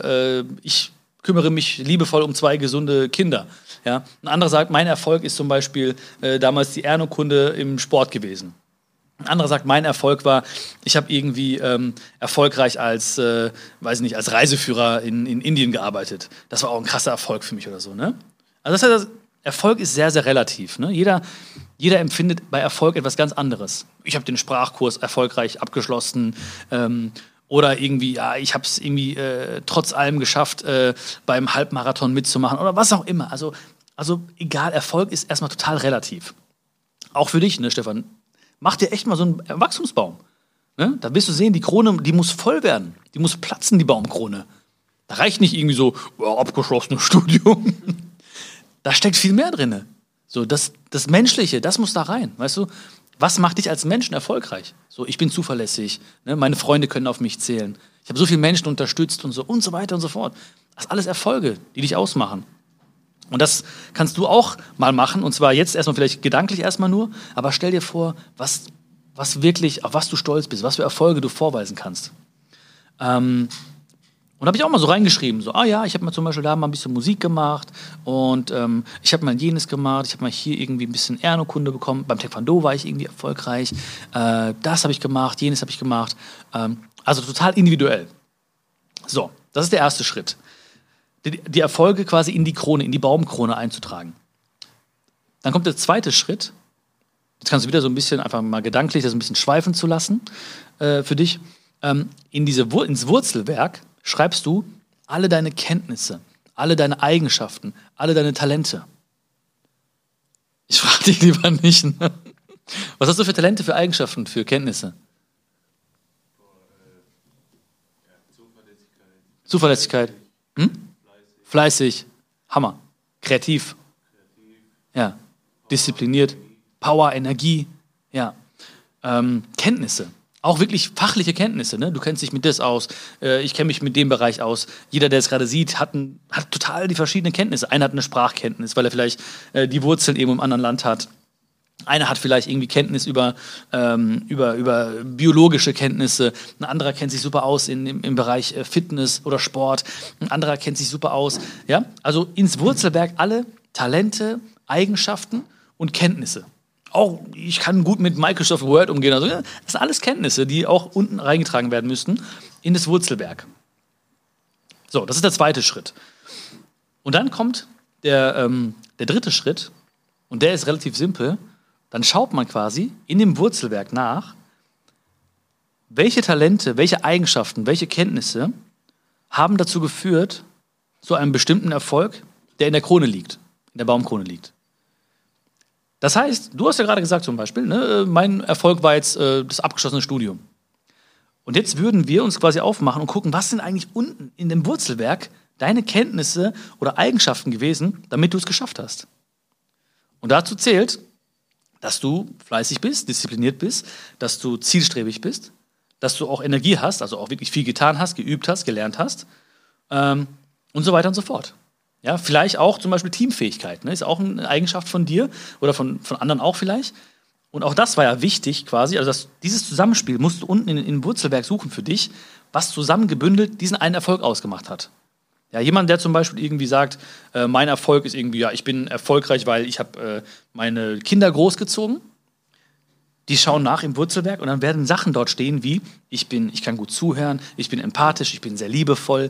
kümmere mich liebevoll um 2 gesunde Kinder. Ja? Ein anderer sagt, mein Erfolg ist zum Beispiel damals die Ehrenurkunde im Sport gewesen. Ein anderer sagt, mein Erfolg war, ich habe irgendwie erfolgreich als Reiseführer in Indien gearbeitet. Das war auch ein krasser Erfolg für mich oder so. Ne? Also das heißt, Erfolg ist sehr, sehr relativ. Ne? Jeder empfindet bei Erfolg etwas ganz anderes. Ich habe den Sprachkurs erfolgreich abgeschlossen. Oder irgendwie, ja, ich habe es irgendwie trotz allem geschafft, beim Halbmarathon mitzumachen oder was auch immer. Also egal, Erfolg ist erstmal total relativ. Auch für dich, ne, Stefan? Mach dir echt mal so einen Wachstumsbaum. Ne? Da wirst du sehen, die Krone, die muss voll werden. Die muss platzen, die Baumkrone. Da reicht nicht irgendwie so, abgeschlossenes Studium. Da steckt viel mehr drin. So, das Menschliche, das muss da rein. Weißt du, was macht dich als Menschen erfolgreich? So, ich bin zuverlässig, ne? Meine Freunde können auf mich zählen. Ich habe so viele Menschen unterstützt und so weiter und so fort. Das sind alles Erfolge, die dich ausmachen. Und das kannst du auch mal machen, und zwar jetzt erstmal vielleicht gedanklich erstmal nur, aber stell dir vor, was wirklich, auf was du stolz bist, was für Erfolge du vorweisen kannst. Und da habe ich auch mal so reingeschrieben, so, ich habe mal zum Beispiel da mal ein bisschen Musik gemacht und ich habe mal jenes gemacht, ich habe mal hier irgendwie ein bisschen Ehrenurkunde bekommen, beim Taekwondo war ich irgendwie erfolgreich, das habe ich gemacht, jenes habe ich gemacht, also total individuell. So, das ist der erste Schritt. Die Erfolge quasi in die Krone, in die Baumkrone einzutragen. Dann kommt der zweite Schritt. Jetzt kannst du wieder so ein bisschen einfach mal gedanklich das ein bisschen schweifen zu lassen für dich. Ins Wurzelwerk schreibst du alle deine Kenntnisse, alle deine Eigenschaften, alle deine Talente. Ich frage dich lieber nicht. Ne? Was hast du für Talente, für Eigenschaften, für Kenntnisse? Zuverlässigkeit. Fleißig, Hammer, kreativ, ja, diszipliniert, Power, Energie, ja, Kenntnisse, auch wirklich fachliche Kenntnisse, ne? Du kennst dich mit das aus, ich kenne mich mit dem Bereich aus. Jeder, der es gerade sieht, hat total die verschiedenen Kenntnisse. Einer hat eine Sprachkenntnis, weil er vielleicht die Wurzeln eben im anderen Land hat. Einer hat vielleicht irgendwie Kenntnis über biologische Kenntnisse. Ein anderer kennt sich super aus im Bereich Fitness oder Sport. Ein anderer kennt sich super aus. Ja? Also ins Wurzelwerk alle Talente, Eigenschaften und Kenntnisse. Auch ich kann gut mit Microsoft Word umgehen. Also, ja, das sind alles Kenntnisse, die auch unten reingetragen werden müssten in das Wurzelwerk. So, das ist der zweite Schritt. Und dann kommt der dritte Schritt. Und der ist relativ simpel. Dann schaut man quasi in dem Wurzelwerk nach, welche Talente, welche Eigenschaften, welche Kenntnisse haben dazu geführt, zu einem bestimmten Erfolg, der in der Krone liegt, in der Baumkrone liegt. Das heißt, du hast ja gerade gesagt zum Beispiel, ne, mein Erfolg war jetzt das abgeschlossene Studium. Und jetzt würden wir uns quasi aufmachen und gucken, was sind eigentlich unten in dem Wurzelwerk deine Kenntnisse oder Eigenschaften gewesen, damit du es geschafft hast. Und dazu zählt, dass du fleißig bist, diszipliniert bist, dass du zielstrebig bist, dass du auch Energie hast, also auch wirklich viel getan hast, geübt hast, gelernt hast und so weiter und so fort. Ja, vielleicht auch zum Beispiel Teamfähigkeit, ne, ist auch eine Eigenschaft von dir oder von anderen auch vielleicht. Und auch das war ja wichtig quasi, also dieses Zusammenspiel musst du unten in Wurzelwerk suchen für dich, was zusammengebündelt diesen einen Erfolg ausgemacht hat. Ja, jemand, der zum Beispiel irgendwie sagt, mein Erfolg ist irgendwie, ja, ich bin erfolgreich, weil ich habe meine Kinder großgezogen. Die schauen nach im Wurzelwerk und dann werden Sachen dort stehen wie, ich kann gut zuhören, ich bin empathisch, ich bin sehr liebevoll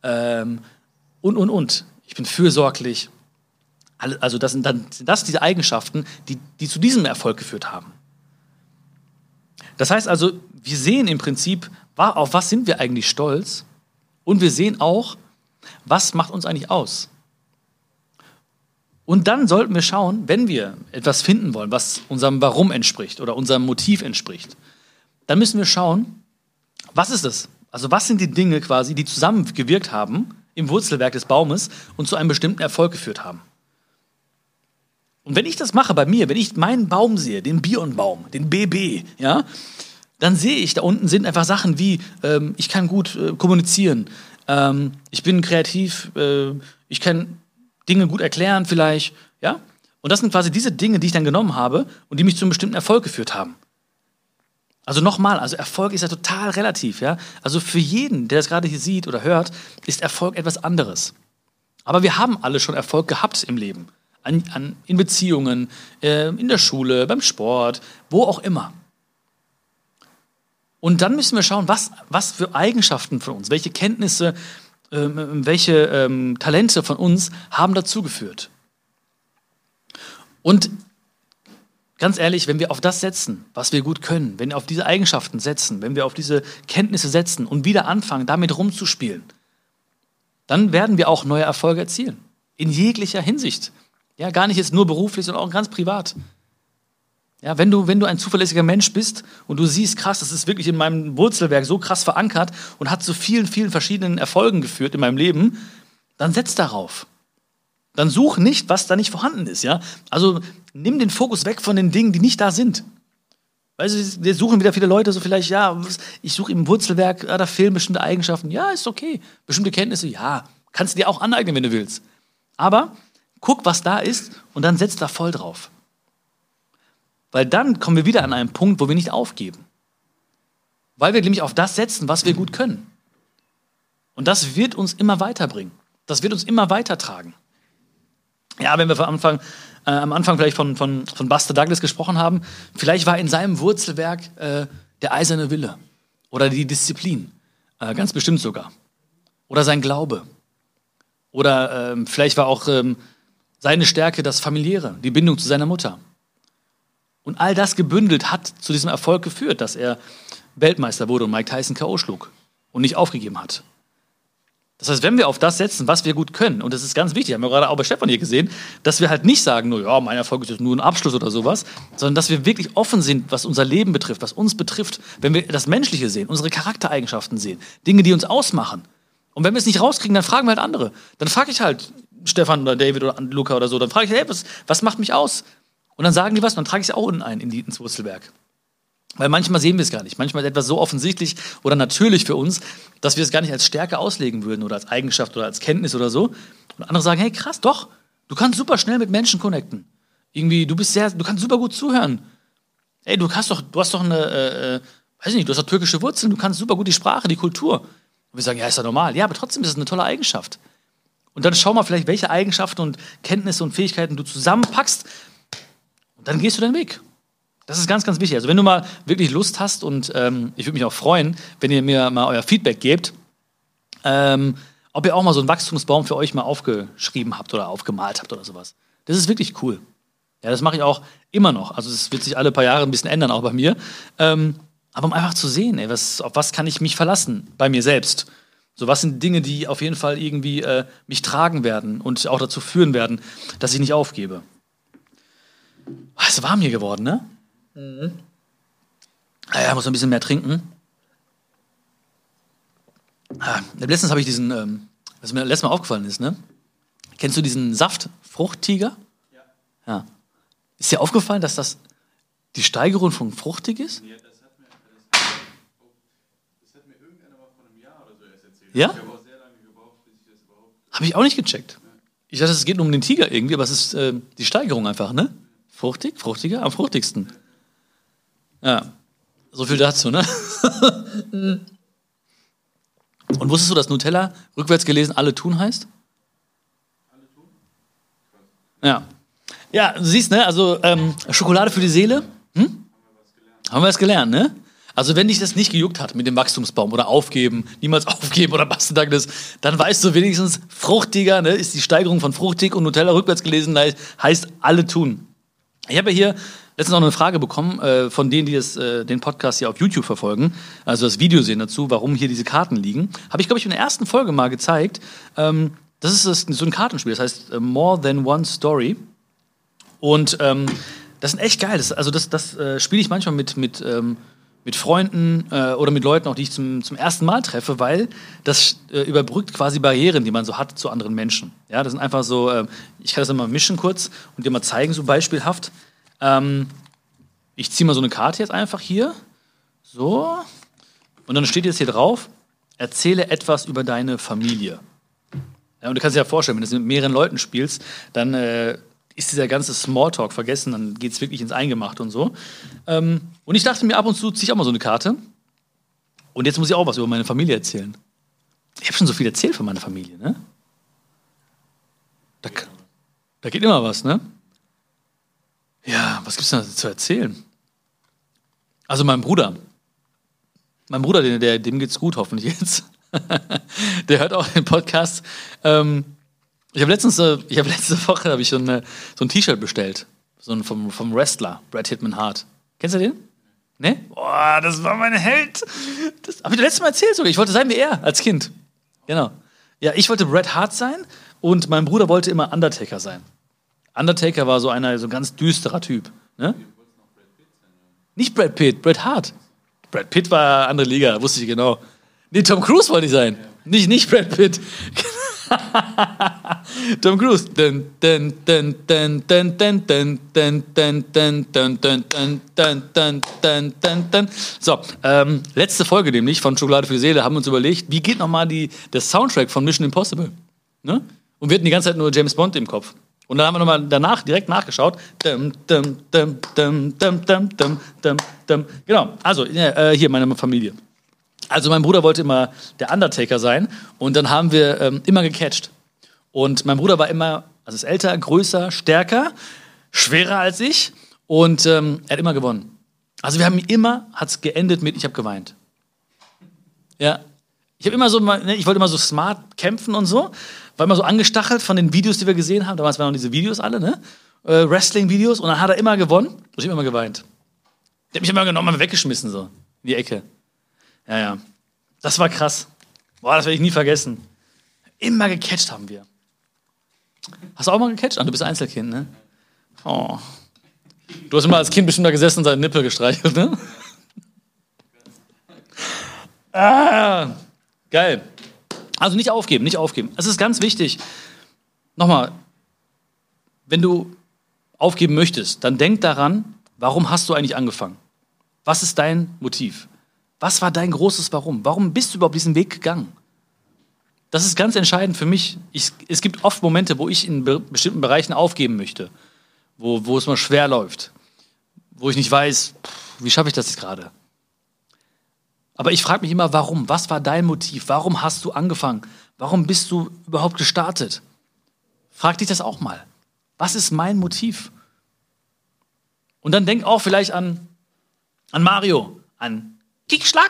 und. Ich bin fürsorglich. Also das sind diese Eigenschaften, die zu diesem Erfolg geführt haben. Das heißt also, wir sehen im Prinzip, auf was sind wir eigentlich stolz und wir sehen auch, was macht uns eigentlich aus. Und dann sollten wir schauen, wenn wir etwas finden wollen, was unserem Warum entspricht oder unserem Motiv entspricht, dann müssen wir schauen, was ist es? Also was sind die Dinge quasi, die zusammengewirkt haben im Wurzelwerk des Baumes und zu einem bestimmten Erfolg geführt haben. Und wenn ich das mache bei mir, wenn ich meinen Baum sehe, den Bion-Baum, den BB, ja, dann sehe ich, da unten sind einfach Sachen wie, ich kann gut kommunizieren, ich bin kreativ, ich kann Dinge gut erklären vielleicht, ja. Und das sind quasi diese Dinge, die ich dann genommen habe und die mich zu einem bestimmten Erfolg geführt haben. Also nochmal, also Erfolg ist ja total relativ, ja. Also für jeden, der das gerade hier sieht oder hört, ist Erfolg etwas anderes. Aber wir haben alle schon Erfolg gehabt im Leben. In Beziehungen, in der Schule, beim Sport, wo auch immer. Und dann müssen wir schauen, was für Eigenschaften von uns, welche Kenntnisse, welche Talente von uns haben dazu geführt. Und ganz ehrlich, wenn wir auf das setzen, was wir gut können, wenn wir auf diese Eigenschaften setzen, wenn wir auf diese Kenntnisse setzen und wieder anfangen, damit rumzuspielen, dann werden wir auch neue Erfolge erzielen. In jeglicher Hinsicht. Ja, gar nicht jetzt nur beruflich, sondern auch ganz privat. Ja, wenn du ein zuverlässiger Mensch bist und du siehst, krass, das ist wirklich in meinem Wurzelwerk so krass verankert und hat zu vielen, vielen verschiedenen Erfolgen geführt in meinem Leben, dann setz darauf. Dann such nicht, was da nicht vorhanden ist. Ja? Also nimm den Fokus weg von den Dingen, die nicht da sind. Weißt du, wir suchen wieder viele Leute, so vielleicht, ja, ich suche im Wurzelwerk, da fehlen bestimmte Eigenschaften. Ja, ist okay. Bestimmte Kenntnisse, ja, kannst du dir auch aneignen, wenn du willst. Aber guck, was da ist und dann setz da voll drauf. Weil dann kommen wir wieder an einen Punkt, wo wir nicht aufgeben. Weil wir nämlich auf das setzen, was wir gut können. Und das wird uns immer weiterbringen. Das wird uns immer weitertragen. Ja, wenn wir am Anfang vielleicht von Buster Douglas gesprochen haben, vielleicht war in seinem Wurzelwerk der eiserne Wille oder die Disziplin, ganz bestimmt sogar. Oder sein Glaube. Oder vielleicht war auch seine Stärke das Familiäre, die Bindung zu seiner Mutter. Und all das gebündelt hat zu diesem Erfolg geführt, dass er Weltmeister wurde und Mike Tyson K.O. schlug und nicht aufgegeben hat. Das heißt, wenn wir auf das setzen, was wir gut können, und das ist ganz wichtig, haben wir gerade auch bei Stefan hier gesehen, dass wir halt nicht sagen, nur, ja, mein Erfolg ist jetzt nur ein Abschluss oder sowas, sondern dass wir wirklich offen sind, was unser Leben betrifft, was uns betrifft, wenn wir das Menschliche sehen, unsere Charaktereigenschaften sehen, Dinge, die uns ausmachen. Und wenn wir es nicht rauskriegen, dann fragen wir halt andere. Dann frage ich halt Stefan oder David oder Luca oder so, dann frage ich, hey, was macht mich aus? Und dann sagen die was, und dann trage ich es auch unten ein ins Wurzelwerk. Weil manchmal sehen wir es gar nicht. Manchmal ist etwas so offensichtlich oder natürlich für uns, dass wir es gar nicht als Stärke auslegen würden oder als Eigenschaft oder als Kenntnis oder so. Und andere sagen, hey krass, doch, du kannst super schnell mit Menschen connecten. Irgendwie, du kannst super gut zuhören. Ey, du hast doch eine, weiß nicht, du hast doch türkische Wurzeln, du kannst super gut die Sprache, die Kultur. Und wir sagen, ja, ist ja normal. Ja, aber trotzdem ist es eine tolle Eigenschaft. Und dann schau mal vielleicht, welche Eigenschaften und Kenntnisse und Fähigkeiten du zusammenpackst. Und dann gehst du deinen Weg. Das ist ganz, ganz wichtig. Also wenn du mal wirklich Lust hast und ich würde mich auch freuen, wenn ihr mir mal euer Feedback gebt, ob ihr auch mal so einen Wachstumsbaum für euch mal aufgeschrieben habt oder aufgemalt habt oder sowas. Das ist wirklich cool. Ja, das mache ich auch immer noch. Also es wird sich alle paar Jahre ein bisschen ändern, auch bei mir. Aber um einfach zu sehen, ey, auf was kann ich mich verlassen bei mir selbst. So, was sind Dinge, die auf jeden Fall irgendwie mich tragen werden und auch dazu führen werden, dass ich nicht aufgebe? Es ist warm hier geworden, ne? Ja, muss ein bisschen mehr trinken. Letztens habe ich diesen, was mir letztes Mal aufgefallen ist, ne? Kennst du diesen Saft Fruchttiger? Ja. Ist dir aufgefallen, dass das die Steigerung von fruchtig ist? Ja, das hat mir irgendeiner mal vor einem Jahr oder so erst erzählt. Ja? Ich habe auch sehr lange gebraucht, bis ich das überhaupt... Habe ich auch nicht gecheckt. Ich dachte, es geht nur um den Tiger irgendwie, aber es ist die Steigerung einfach, ne? Fruchtig, fruchtiger, am fruchtigsten. Ja, so viel dazu, ne? Und wusstest du, dass Nutella, rückwärts gelesen, alle tun heißt? Alle tun? Ja. Ja, du siehst, ne? Also Schokolade für die Seele. Haben wir was gelernt, ne? Also wenn dich das nicht gejuckt hat mit dem Wachstumsbaum oder aufgeben, niemals aufgeben oder Basteldouglas, dann weißt du wenigstens, fruchtiger, ne, ist die Steigerung von fruchtig und Nutella rückwärts gelesen heißt alle tun. Ich habe ja hier letztens auch eine Frage bekommen von denen, die den Podcast hier auf YouTube verfolgen, also das Video sehen dazu, warum hier diese Karten liegen. Habe ich, glaube ich, in der ersten Folge mal gezeigt. Das ist so ein Kartenspiel, das heißt More Than One Story. Und das ist echt geil. Das spiele ich manchmal mit Freunden oder mit Leuten, auch die ich zum ersten Mal treffe, weil das überbrückt quasi Barrieren, die man so hat zu anderen Menschen. Ja, das sind einfach so, ich kann das immer mischen kurz und dir mal zeigen, so beispielhaft. Ich ziehe mal so eine Karte jetzt einfach hier. So. Und dann steht jetzt hier drauf, erzähle etwas über deine Familie. Ja, und du kannst dir ja vorstellen, wenn du das mit mehreren Leuten spielst, dann ist dieser ganze Smalltalk vergessen, dann geht es wirklich ins Eingemachte und so. Und ich dachte mir, ab und zu ziehe ich auch mal so eine Karte. Und jetzt muss ich auch was über meine Familie erzählen. Ich habe schon so viel erzählt von meiner Familie, ne? Da geht immer was, ne? Ja, was gibt's denn da zu erzählen? Also mein Bruder, dem geht's gut, hoffentlich jetzt. Der hört auch den Podcast. Ich habe letzte Woche habe ich so ein T-Shirt bestellt, vom Wrestler Bret Hitman Hart. Kennst du den? Ne? Boah, das war mein Held. Das habe ich dir letztes Mal erzählt sogar. Ich wollte sein wie er als Kind. Genau. Ja, ich wollte Bret Hart sein und mein Bruder wollte immer Undertaker sein. Undertaker war so ein ganz düsterer Typ. Ne? Nicht Brad Pitt, Bret Hart. Brad Pitt war andere Liga, wusste ich genau. Nee, Tom Cruise wollte ich sein. Nicht Brad Pitt. Tom Cruise. So, letzte Folge nämlich von Schokolade für die Seele haben wir uns überlegt, wie geht nochmal der Soundtrack von Mission Impossible? Ne? Und wir hatten die ganze Zeit nur James Bond im Kopf. Und dann haben wir nochmal direkt nachgeschaut. Genau, also hier meine Familie. Also mein Bruder wollte immer der Undertaker sein und dann haben wir immer gecatcht. Und mein Bruder war immer, also ist älter, größer, stärker, schwerer als ich und er hat immer gewonnen. Also hat's geendet mit, ich habe geweint. Ja, ich wollte immer so smart kämpfen und so, war immer so angestachelt von den Videos, die wir gesehen haben. Damals waren noch diese Videos alle, ne? Wrestling-Videos und dann hat er immer gewonnen und ich habe immer geweint. Der hat mich immer genommen und weggeschmissen so in die Ecke. Ja. Das war krass. Boah, das werde ich nie vergessen. Immer gecatcht haben wir. Hast du auch mal gecatcht? Du bist Einzelkind, ne? Oh. Du hast immer als Kind bestimmt da gesessen und seinen Nippel gestreichelt, ne? Geil. Also nicht aufgeben. Es ist ganz wichtig. Nochmal, wenn du aufgeben möchtest, dann denk daran, warum hast du eigentlich angefangen? Was ist dein Motiv? Was war dein großes Warum? Warum bist du überhaupt diesen Weg gegangen? Das ist ganz entscheidend für mich. Es gibt oft Momente, wo ich in bestimmten Bereichen aufgeben möchte, wo es mal schwer läuft, wo ich nicht weiß, wie schaffe ich das jetzt gerade? Aber ich frage mich immer, warum? Was war dein Motiv? Warum hast du angefangen? Warum bist du überhaupt gestartet? Frag dich das auch mal. Was ist mein Motiv? Und dann denk auch vielleicht an Mario, an Kickschlag.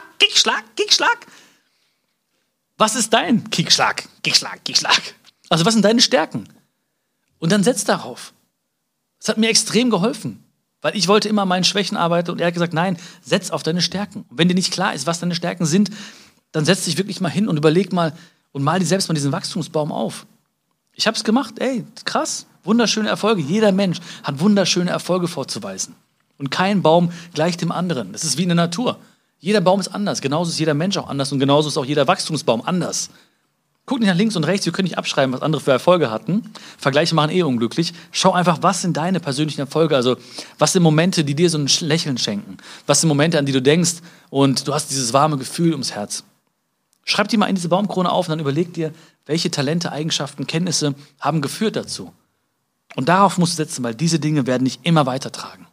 Was ist dein Kickschlag? Also was sind deine Stärken? Und dann setz darauf. Das hat mir extrem geholfen, weil ich wollte immer an meinen Schwächen arbeiten und er hat gesagt, nein, setz auf deine Stärken. Und wenn dir nicht klar ist, was deine Stärken sind, dann setz dich wirklich mal hin und überleg mal und mal dir selbst mal diesen Wachstumsbaum auf. Ich habe es gemacht, ey, krass, wunderschöne Erfolge. Jeder Mensch hat wunderschöne Erfolge vorzuweisen. Und kein Baum gleicht dem anderen. Das ist wie in der Natur. Jeder Baum ist anders, genauso ist jeder Mensch auch anders und genauso ist auch jeder Wachstumsbaum anders. Guck nicht nach links und rechts, wir können nicht abschreiben, was andere für Erfolge hatten. Vergleiche machen unglücklich. Schau einfach, was sind deine persönlichen Erfolge, also was sind Momente, die dir so ein Lächeln schenken. Was sind Momente, an die du denkst und du hast dieses warme Gefühl ums Herz. Schreib die mal in diese Baumkrone auf und dann überleg dir, welche Talente, Eigenschaften, Kenntnisse haben geführt dazu. Und darauf musst du setzen, weil diese Dinge werden dich immer weitertragen.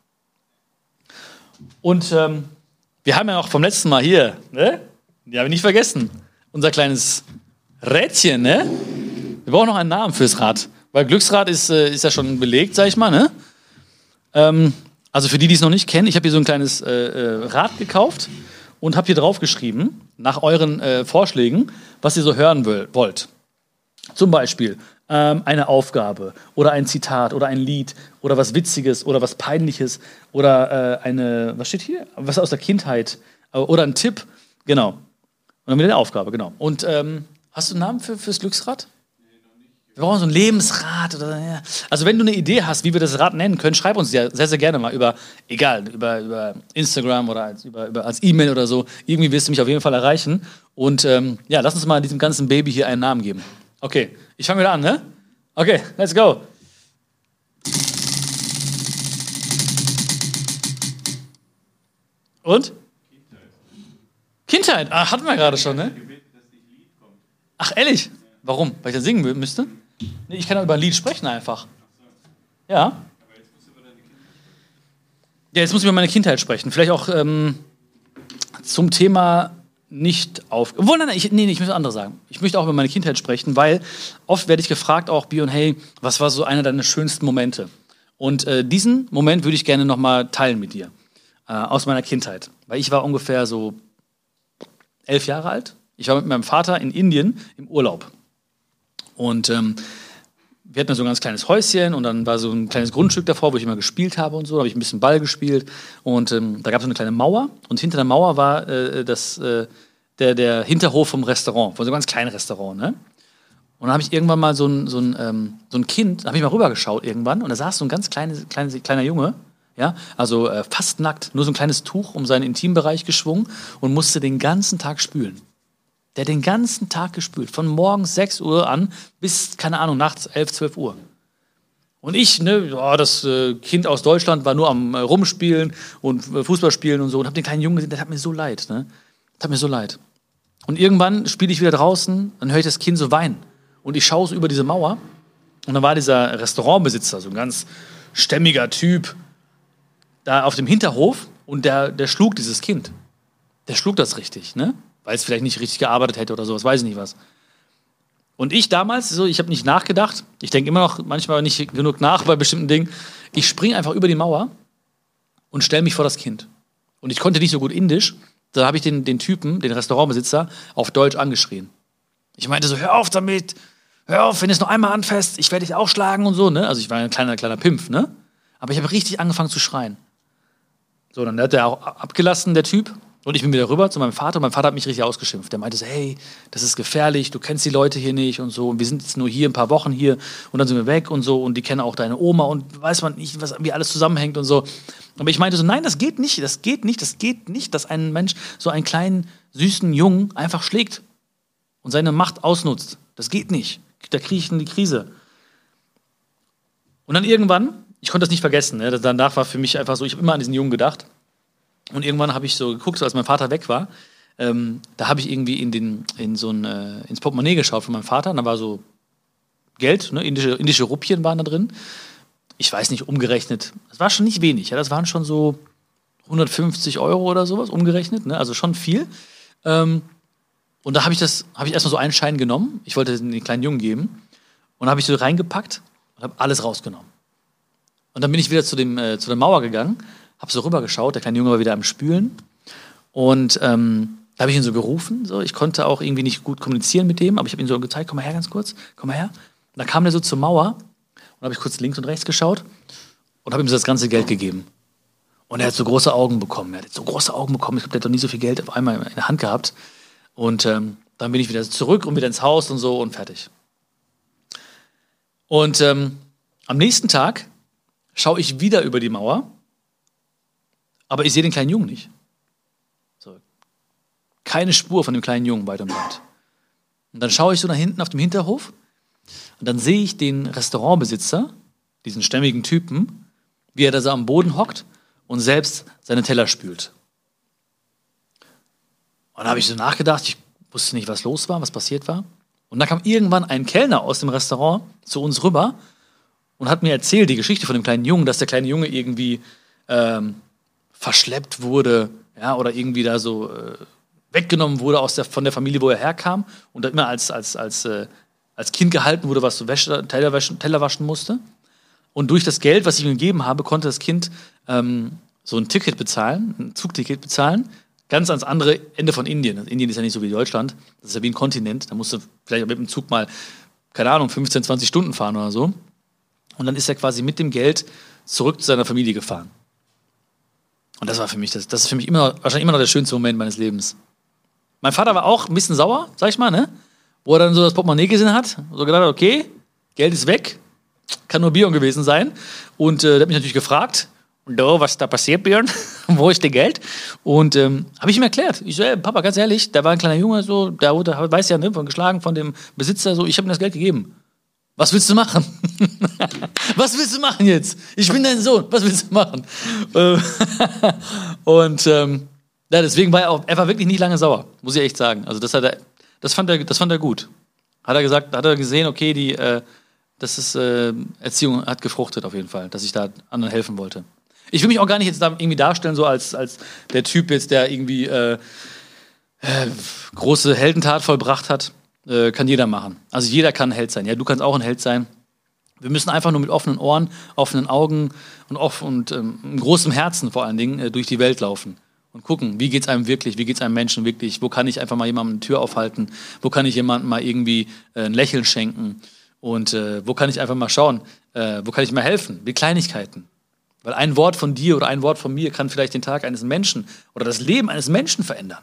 Und wir haben ja auch vom letzten Mal hier, ne? Die habe ich nicht vergessen, unser kleines Rädchen, ne? Wir brauchen noch einen Namen fürs Rad, weil Glücksrad ist ja schon belegt, sag ich mal, ne? Also für die, die es noch nicht kennen, ich habe hier so ein kleines Rad gekauft und habe hier drauf geschrieben, nach euren Vorschlägen, was ihr so hören wollt. Zum Beispiel eine Aufgabe oder ein Zitat oder ein Lied oder was Witziges oder was Peinliches oder was steht hier? Was aus der Kindheit oder ein Tipp, genau. Und dann wieder eine Aufgabe, genau. Und hast du einen Namen fürs Glücksrad? Nee, noch nicht. Wir brauchen so ein Lebensrad. Oder, ja. Also wenn du eine Idee hast, wie wir das Rad nennen können, schreib uns ja sehr, sehr gerne mal über Instagram oder als E-Mail oder so. Irgendwie wirst du mich auf jeden Fall erreichen. Und ja, lass uns mal diesem ganzen Baby hier einen Namen geben. Okay, ich fange wieder an, ne? Okay, let's go. Und? Kindheit. Ah, hatten wir gerade schon, ne? Ach, ehrlich? Warum? Weil ich dann singen müsste? Nee, ich kann ja über ein Lied sprechen einfach. Ja. Ja, jetzt muss ich über meine Kindheit sprechen. Vielleicht auch zum Thema nicht auf... Obwohl, nein, ich möchte was anderes sagen. Ich möchte auch über meine Kindheit sprechen, weil oft werde ich gefragt auch, Bion, hey, was war so einer deiner schönsten Momente? Und diesen Moment würde ich gerne nochmal teilen mit dir. Aus meiner Kindheit. Weil ich war ungefähr so 11 Jahre alt. Ich war mit meinem Vater in Indien im Urlaub. Und wir hatten so ein ganz kleines Häuschen und dann war so ein kleines Grundstück davor, wo ich immer gespielt habe und so. Da habe ich ein bisschen Ball gespielt und da gab es so eine kleine Mauer und hinter der Mauer war der Hinterhof vom Restaurant, von so einem ganz kleinen Restaurant. Ne? Und dann habe ich irgendwann mal so ein Kind, da habe ich mal rübergeschaut irgendwann und da saß so ein ganz kleiner Junge, ja, also fast nackt, nur so ein kleines Tuch um seinen Intimbereich geschwungen und musste den ganzen Tag spülen. Der hat den ganzen Tag gespült, von morgens 6 Uhr an bis, keine Ahnung, nachts 11, 12 Uhr. Und ich, ne, das Kind aus Deutschland war nur am Rumspielen und Fußball spielen und so und habe den kleinen Jungen gesehen, der tat mir so leid, ne? Tat mir so leid. Und irgendwann spiele ich wieder draußen, dann höre ich das Kind so weinen. Und ich schaue so über diese Mauer und dann war dieser Restaurantbesitzer, so ein ganz stämmiger Typ, da auf dem Hinterhof und der schlug dieses Kind. Der schlug das richtig, ne? Weil es vielleicht nicht richtig gearbeitet hätte oder sowas, weiß ich nicht was. Und ich damals, so, ich habe nicht nachgedacht, ich denke immer noch manchmal nicht genug nach bei bestimmten Dingen, ich springe einfach über die Mauer und stelle mich vor das Kind. Und ich konnte nicht so gut Indisch, da habe ich den Typen, den Restaurantbesitzer, auf Deutsch angeschrien. Ich meinte so, hör auf damit, hör auf, wenn du es noch einmal anfasst, ich werde dich auch schlagen und so, ne? Also ich war ein kleiner Pimpf, ne? Aber ich habe richtig angefangen zu schreien. So, dann hat er auch abgelassen, der Typ. Und ich bin wieder rüber zu meinem Vater und mein Vater hat mich richtig ausgeschimpft. Der meinte so, hey, das ist gefährlich, du kennst die Leute hier nicht und so. Und wir sind jetzt nur hier ein paar Wochen hier und dann sind wir weg und so. Und die kennen auch deine Oma und weiß man nicht, wie alles zusammenhängt und so. Aber ich meinte so, nein, das geht nicht, dass ein Mensch so einen kleinen, süßen Jungen einfach schlägt und seine Macht ausnutzt. Das geht nicht. Da kriege ich in die Krise. Und dann irgendwann, ich konnte das nicht vergessen, ne? Danach war für mich einfach so, ich habe immer an diesen Jungen gedacht. Und irgendwann habe ich so geguckt, so als mein Vater weg war, da habe ich irgendwie ins Portemonnaie geschaut von meinem Vater. Und da war so Geld, ne, indische Rupien waren da drin. Ich weiß nicht, umgerechnet. Das war schon nicht wenig. Ja, das waren schon so 150 € oder sowas, umgerechnet. Ne, also schon viel. Und da habe ich erstmal so einen Schein genommen. Ich wollte den kleinen Jungen geben. Und habe ich so reingepackt und habe alles rausgenommen. Und dann bin ich wieder zu der Mauer gegangen. Hab so rübergeschaut, der kleine Junge war wieder am Spülen. Und da habe ich ihn so gerufen. So. Ich konnte auch irgendwie nicht gut kommunizieren mit dem, aber ich habe ihm so gezeigt, komm mal her ganz kurz, komm mal her. Und dann kam der so zur Mauer und habe ich kurz links und rechts geschaut und habe ihm so das ganze Geld gegeben. Und er hat so große Augen bekommen. Ich glaube, der hat doch nie so viel Geld auf einmal in der Hand gehabt. Und dann bin ich wieder zurück und wieder ins Haus und so und fertig. Und am nächsten Tag schaue ich wieder über die Mauer, aber ich sehe den kleinen Jungen nicht. So. Keine Spur von dem kleinen Jungen weit und breit. Und dann schaue ich so nach hinten auf dem Hinterhof und dann sehe ich den Restaurantbesitzer, diesen stämmigen Typen, wie er da so am Boden hockt und selbst seine Teller spült. Und dann habe ich so nachgedacht, ich wusste nicht, was los war, was passiert war. Und dann kam irgendwann ein Kellner aus dem Restaurant zu uns rüber und hat mir erzählt, die Geschichte von dem kleinen Jungen, dass der kleine Junge irgendwie verschleppt wurde, ja, oder irgendwie da so weggenommen wurde von der Familie, wo er herkam und dann immer als Kind gehalten wurde, was so Teller waschen musste. Und durch das Geld, was ich ihm gegeben habe, konnte das Kind so ein Ticket bezahlen, ein Zugticket bezahlen, ganz ans andere Ende von Indien. Indien ist ja nicht so wie Deutschland, das ist ja wie ein Kontinent, da musst du vielleicht mit dem Zug mal, keine Ahnung, 15, 20 Stunden fahren oder so. Und dann ist er quasi mit dem Geld zurück zu seiner Familie gefahren. Und das war für mich, das ist für mich wahrscheinlich immer noch der schönste Moment meines Lebens. Mein Vater war auch ein bisschen sauer, sag ich mal, ne? Wo er dann so das Portemonnaie gesehen hat, so gedacht, okay, Geld ist weg, kann nur Björn gewesen sein. Und der hat mich natürlich gefragt, was ist da passiert, Björn? Wo ist denn Geld? Und habe ich ihm erklärt. Ich so, Papa, ganz ehrlich, da war ein kleiner Junge, so, der weiß ja, ne, von geschlagen von dem Besitzer, so, ich habe ihm das Geld gegeben. Was willst du machen? Was willst du machen jetzt? Ich bin dein Sohn, was willst du machen? Und ja, deswegen er war wirklich nicht lange sauer, muss ich echt sagen. Also das fand er gut. Hat er gesagt, hat er gesehen, okay, Erziehung hat gefruchtet auf jeden Fall, dass ich da anderen helfen wollte. Ich will mich auch gar nicht jetzt da irgendwie darstellen, so als der Typ jetzt, der irgendwie große Heldentat vollbracht hat. Kann jeder machen. Also jeder kann ein Held sein. Ja, du kannst auch ein Held sein. Wir müssen einfach nur mit offenen Ohren, offenen Augen und großem Herzen vor allen Dingen durch die Welt laufen und gucken, wie geht's einem wirklich, wie geht's einem Menschen wirklich, wo kann ich einfach mal jemandem eine Tür aufhalten, wo kann ich jemandem mal irgendwie ein Lächeln schenken und wo kann ich einfach mal schauen, wo kann ich mal helfen, mit Kleinigkeiten. Weil ein Wort von dir oder ein Wort von mir kann vielleicht den Tag eines Menschen oder das Leben eines Menschen verändern.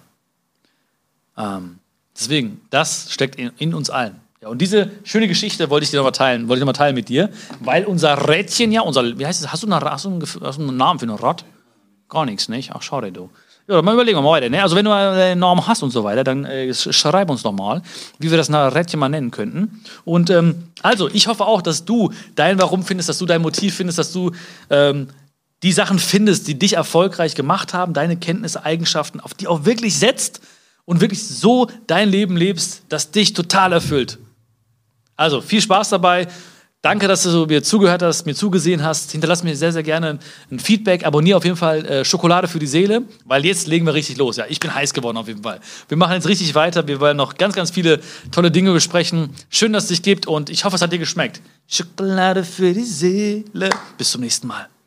Deswegen, das steckt in uns allen. Ja, und diese schöne Geschichte wollte ich nochmal teilen mit dir, weil unser Rädchen ja, wie heißt es, hast du einen Namen für ein Rad? Gar nichts, nicht? Ach, schade, du. Ja, dann überlegen wir mal weiter. Ne? Also wenn du einen Namen hast und so weiter, dann schreib uns doch mal, wie wir das Rädchen mal nennen könnten. Und also, ich hoffe auch, dass du dein Warum findest, dass du dein Motiv findest, dass du die Sachen findest, die dich erfolgreich gemacht haben, deine Kenntnisse, Eigenschaften, auf die auch wirklich setzt und wirklich so dein Leben lebst, das dich total erfüllt. Also, viel Spaß dabei. Danke, dass du mir zugehört hast, mir zugesehen hast. Hinterlass mir sehr, sehr gerne ein Feedback. Abonniere auf jeden Fall Schokolade für die Seele, weil jetzt legen wir richtig los. Ja, ich bin heiß geworden auf jeden Fall. Wir machen jetzt richtig weiter. Wir wollen noch ganz, ganz viele tolle Dinge besprechen. Schön, dass es dich gibt und ich hoffe, es hat dir geschmeckt. Schokolade für die Seele. Bis zum nächsten Mal.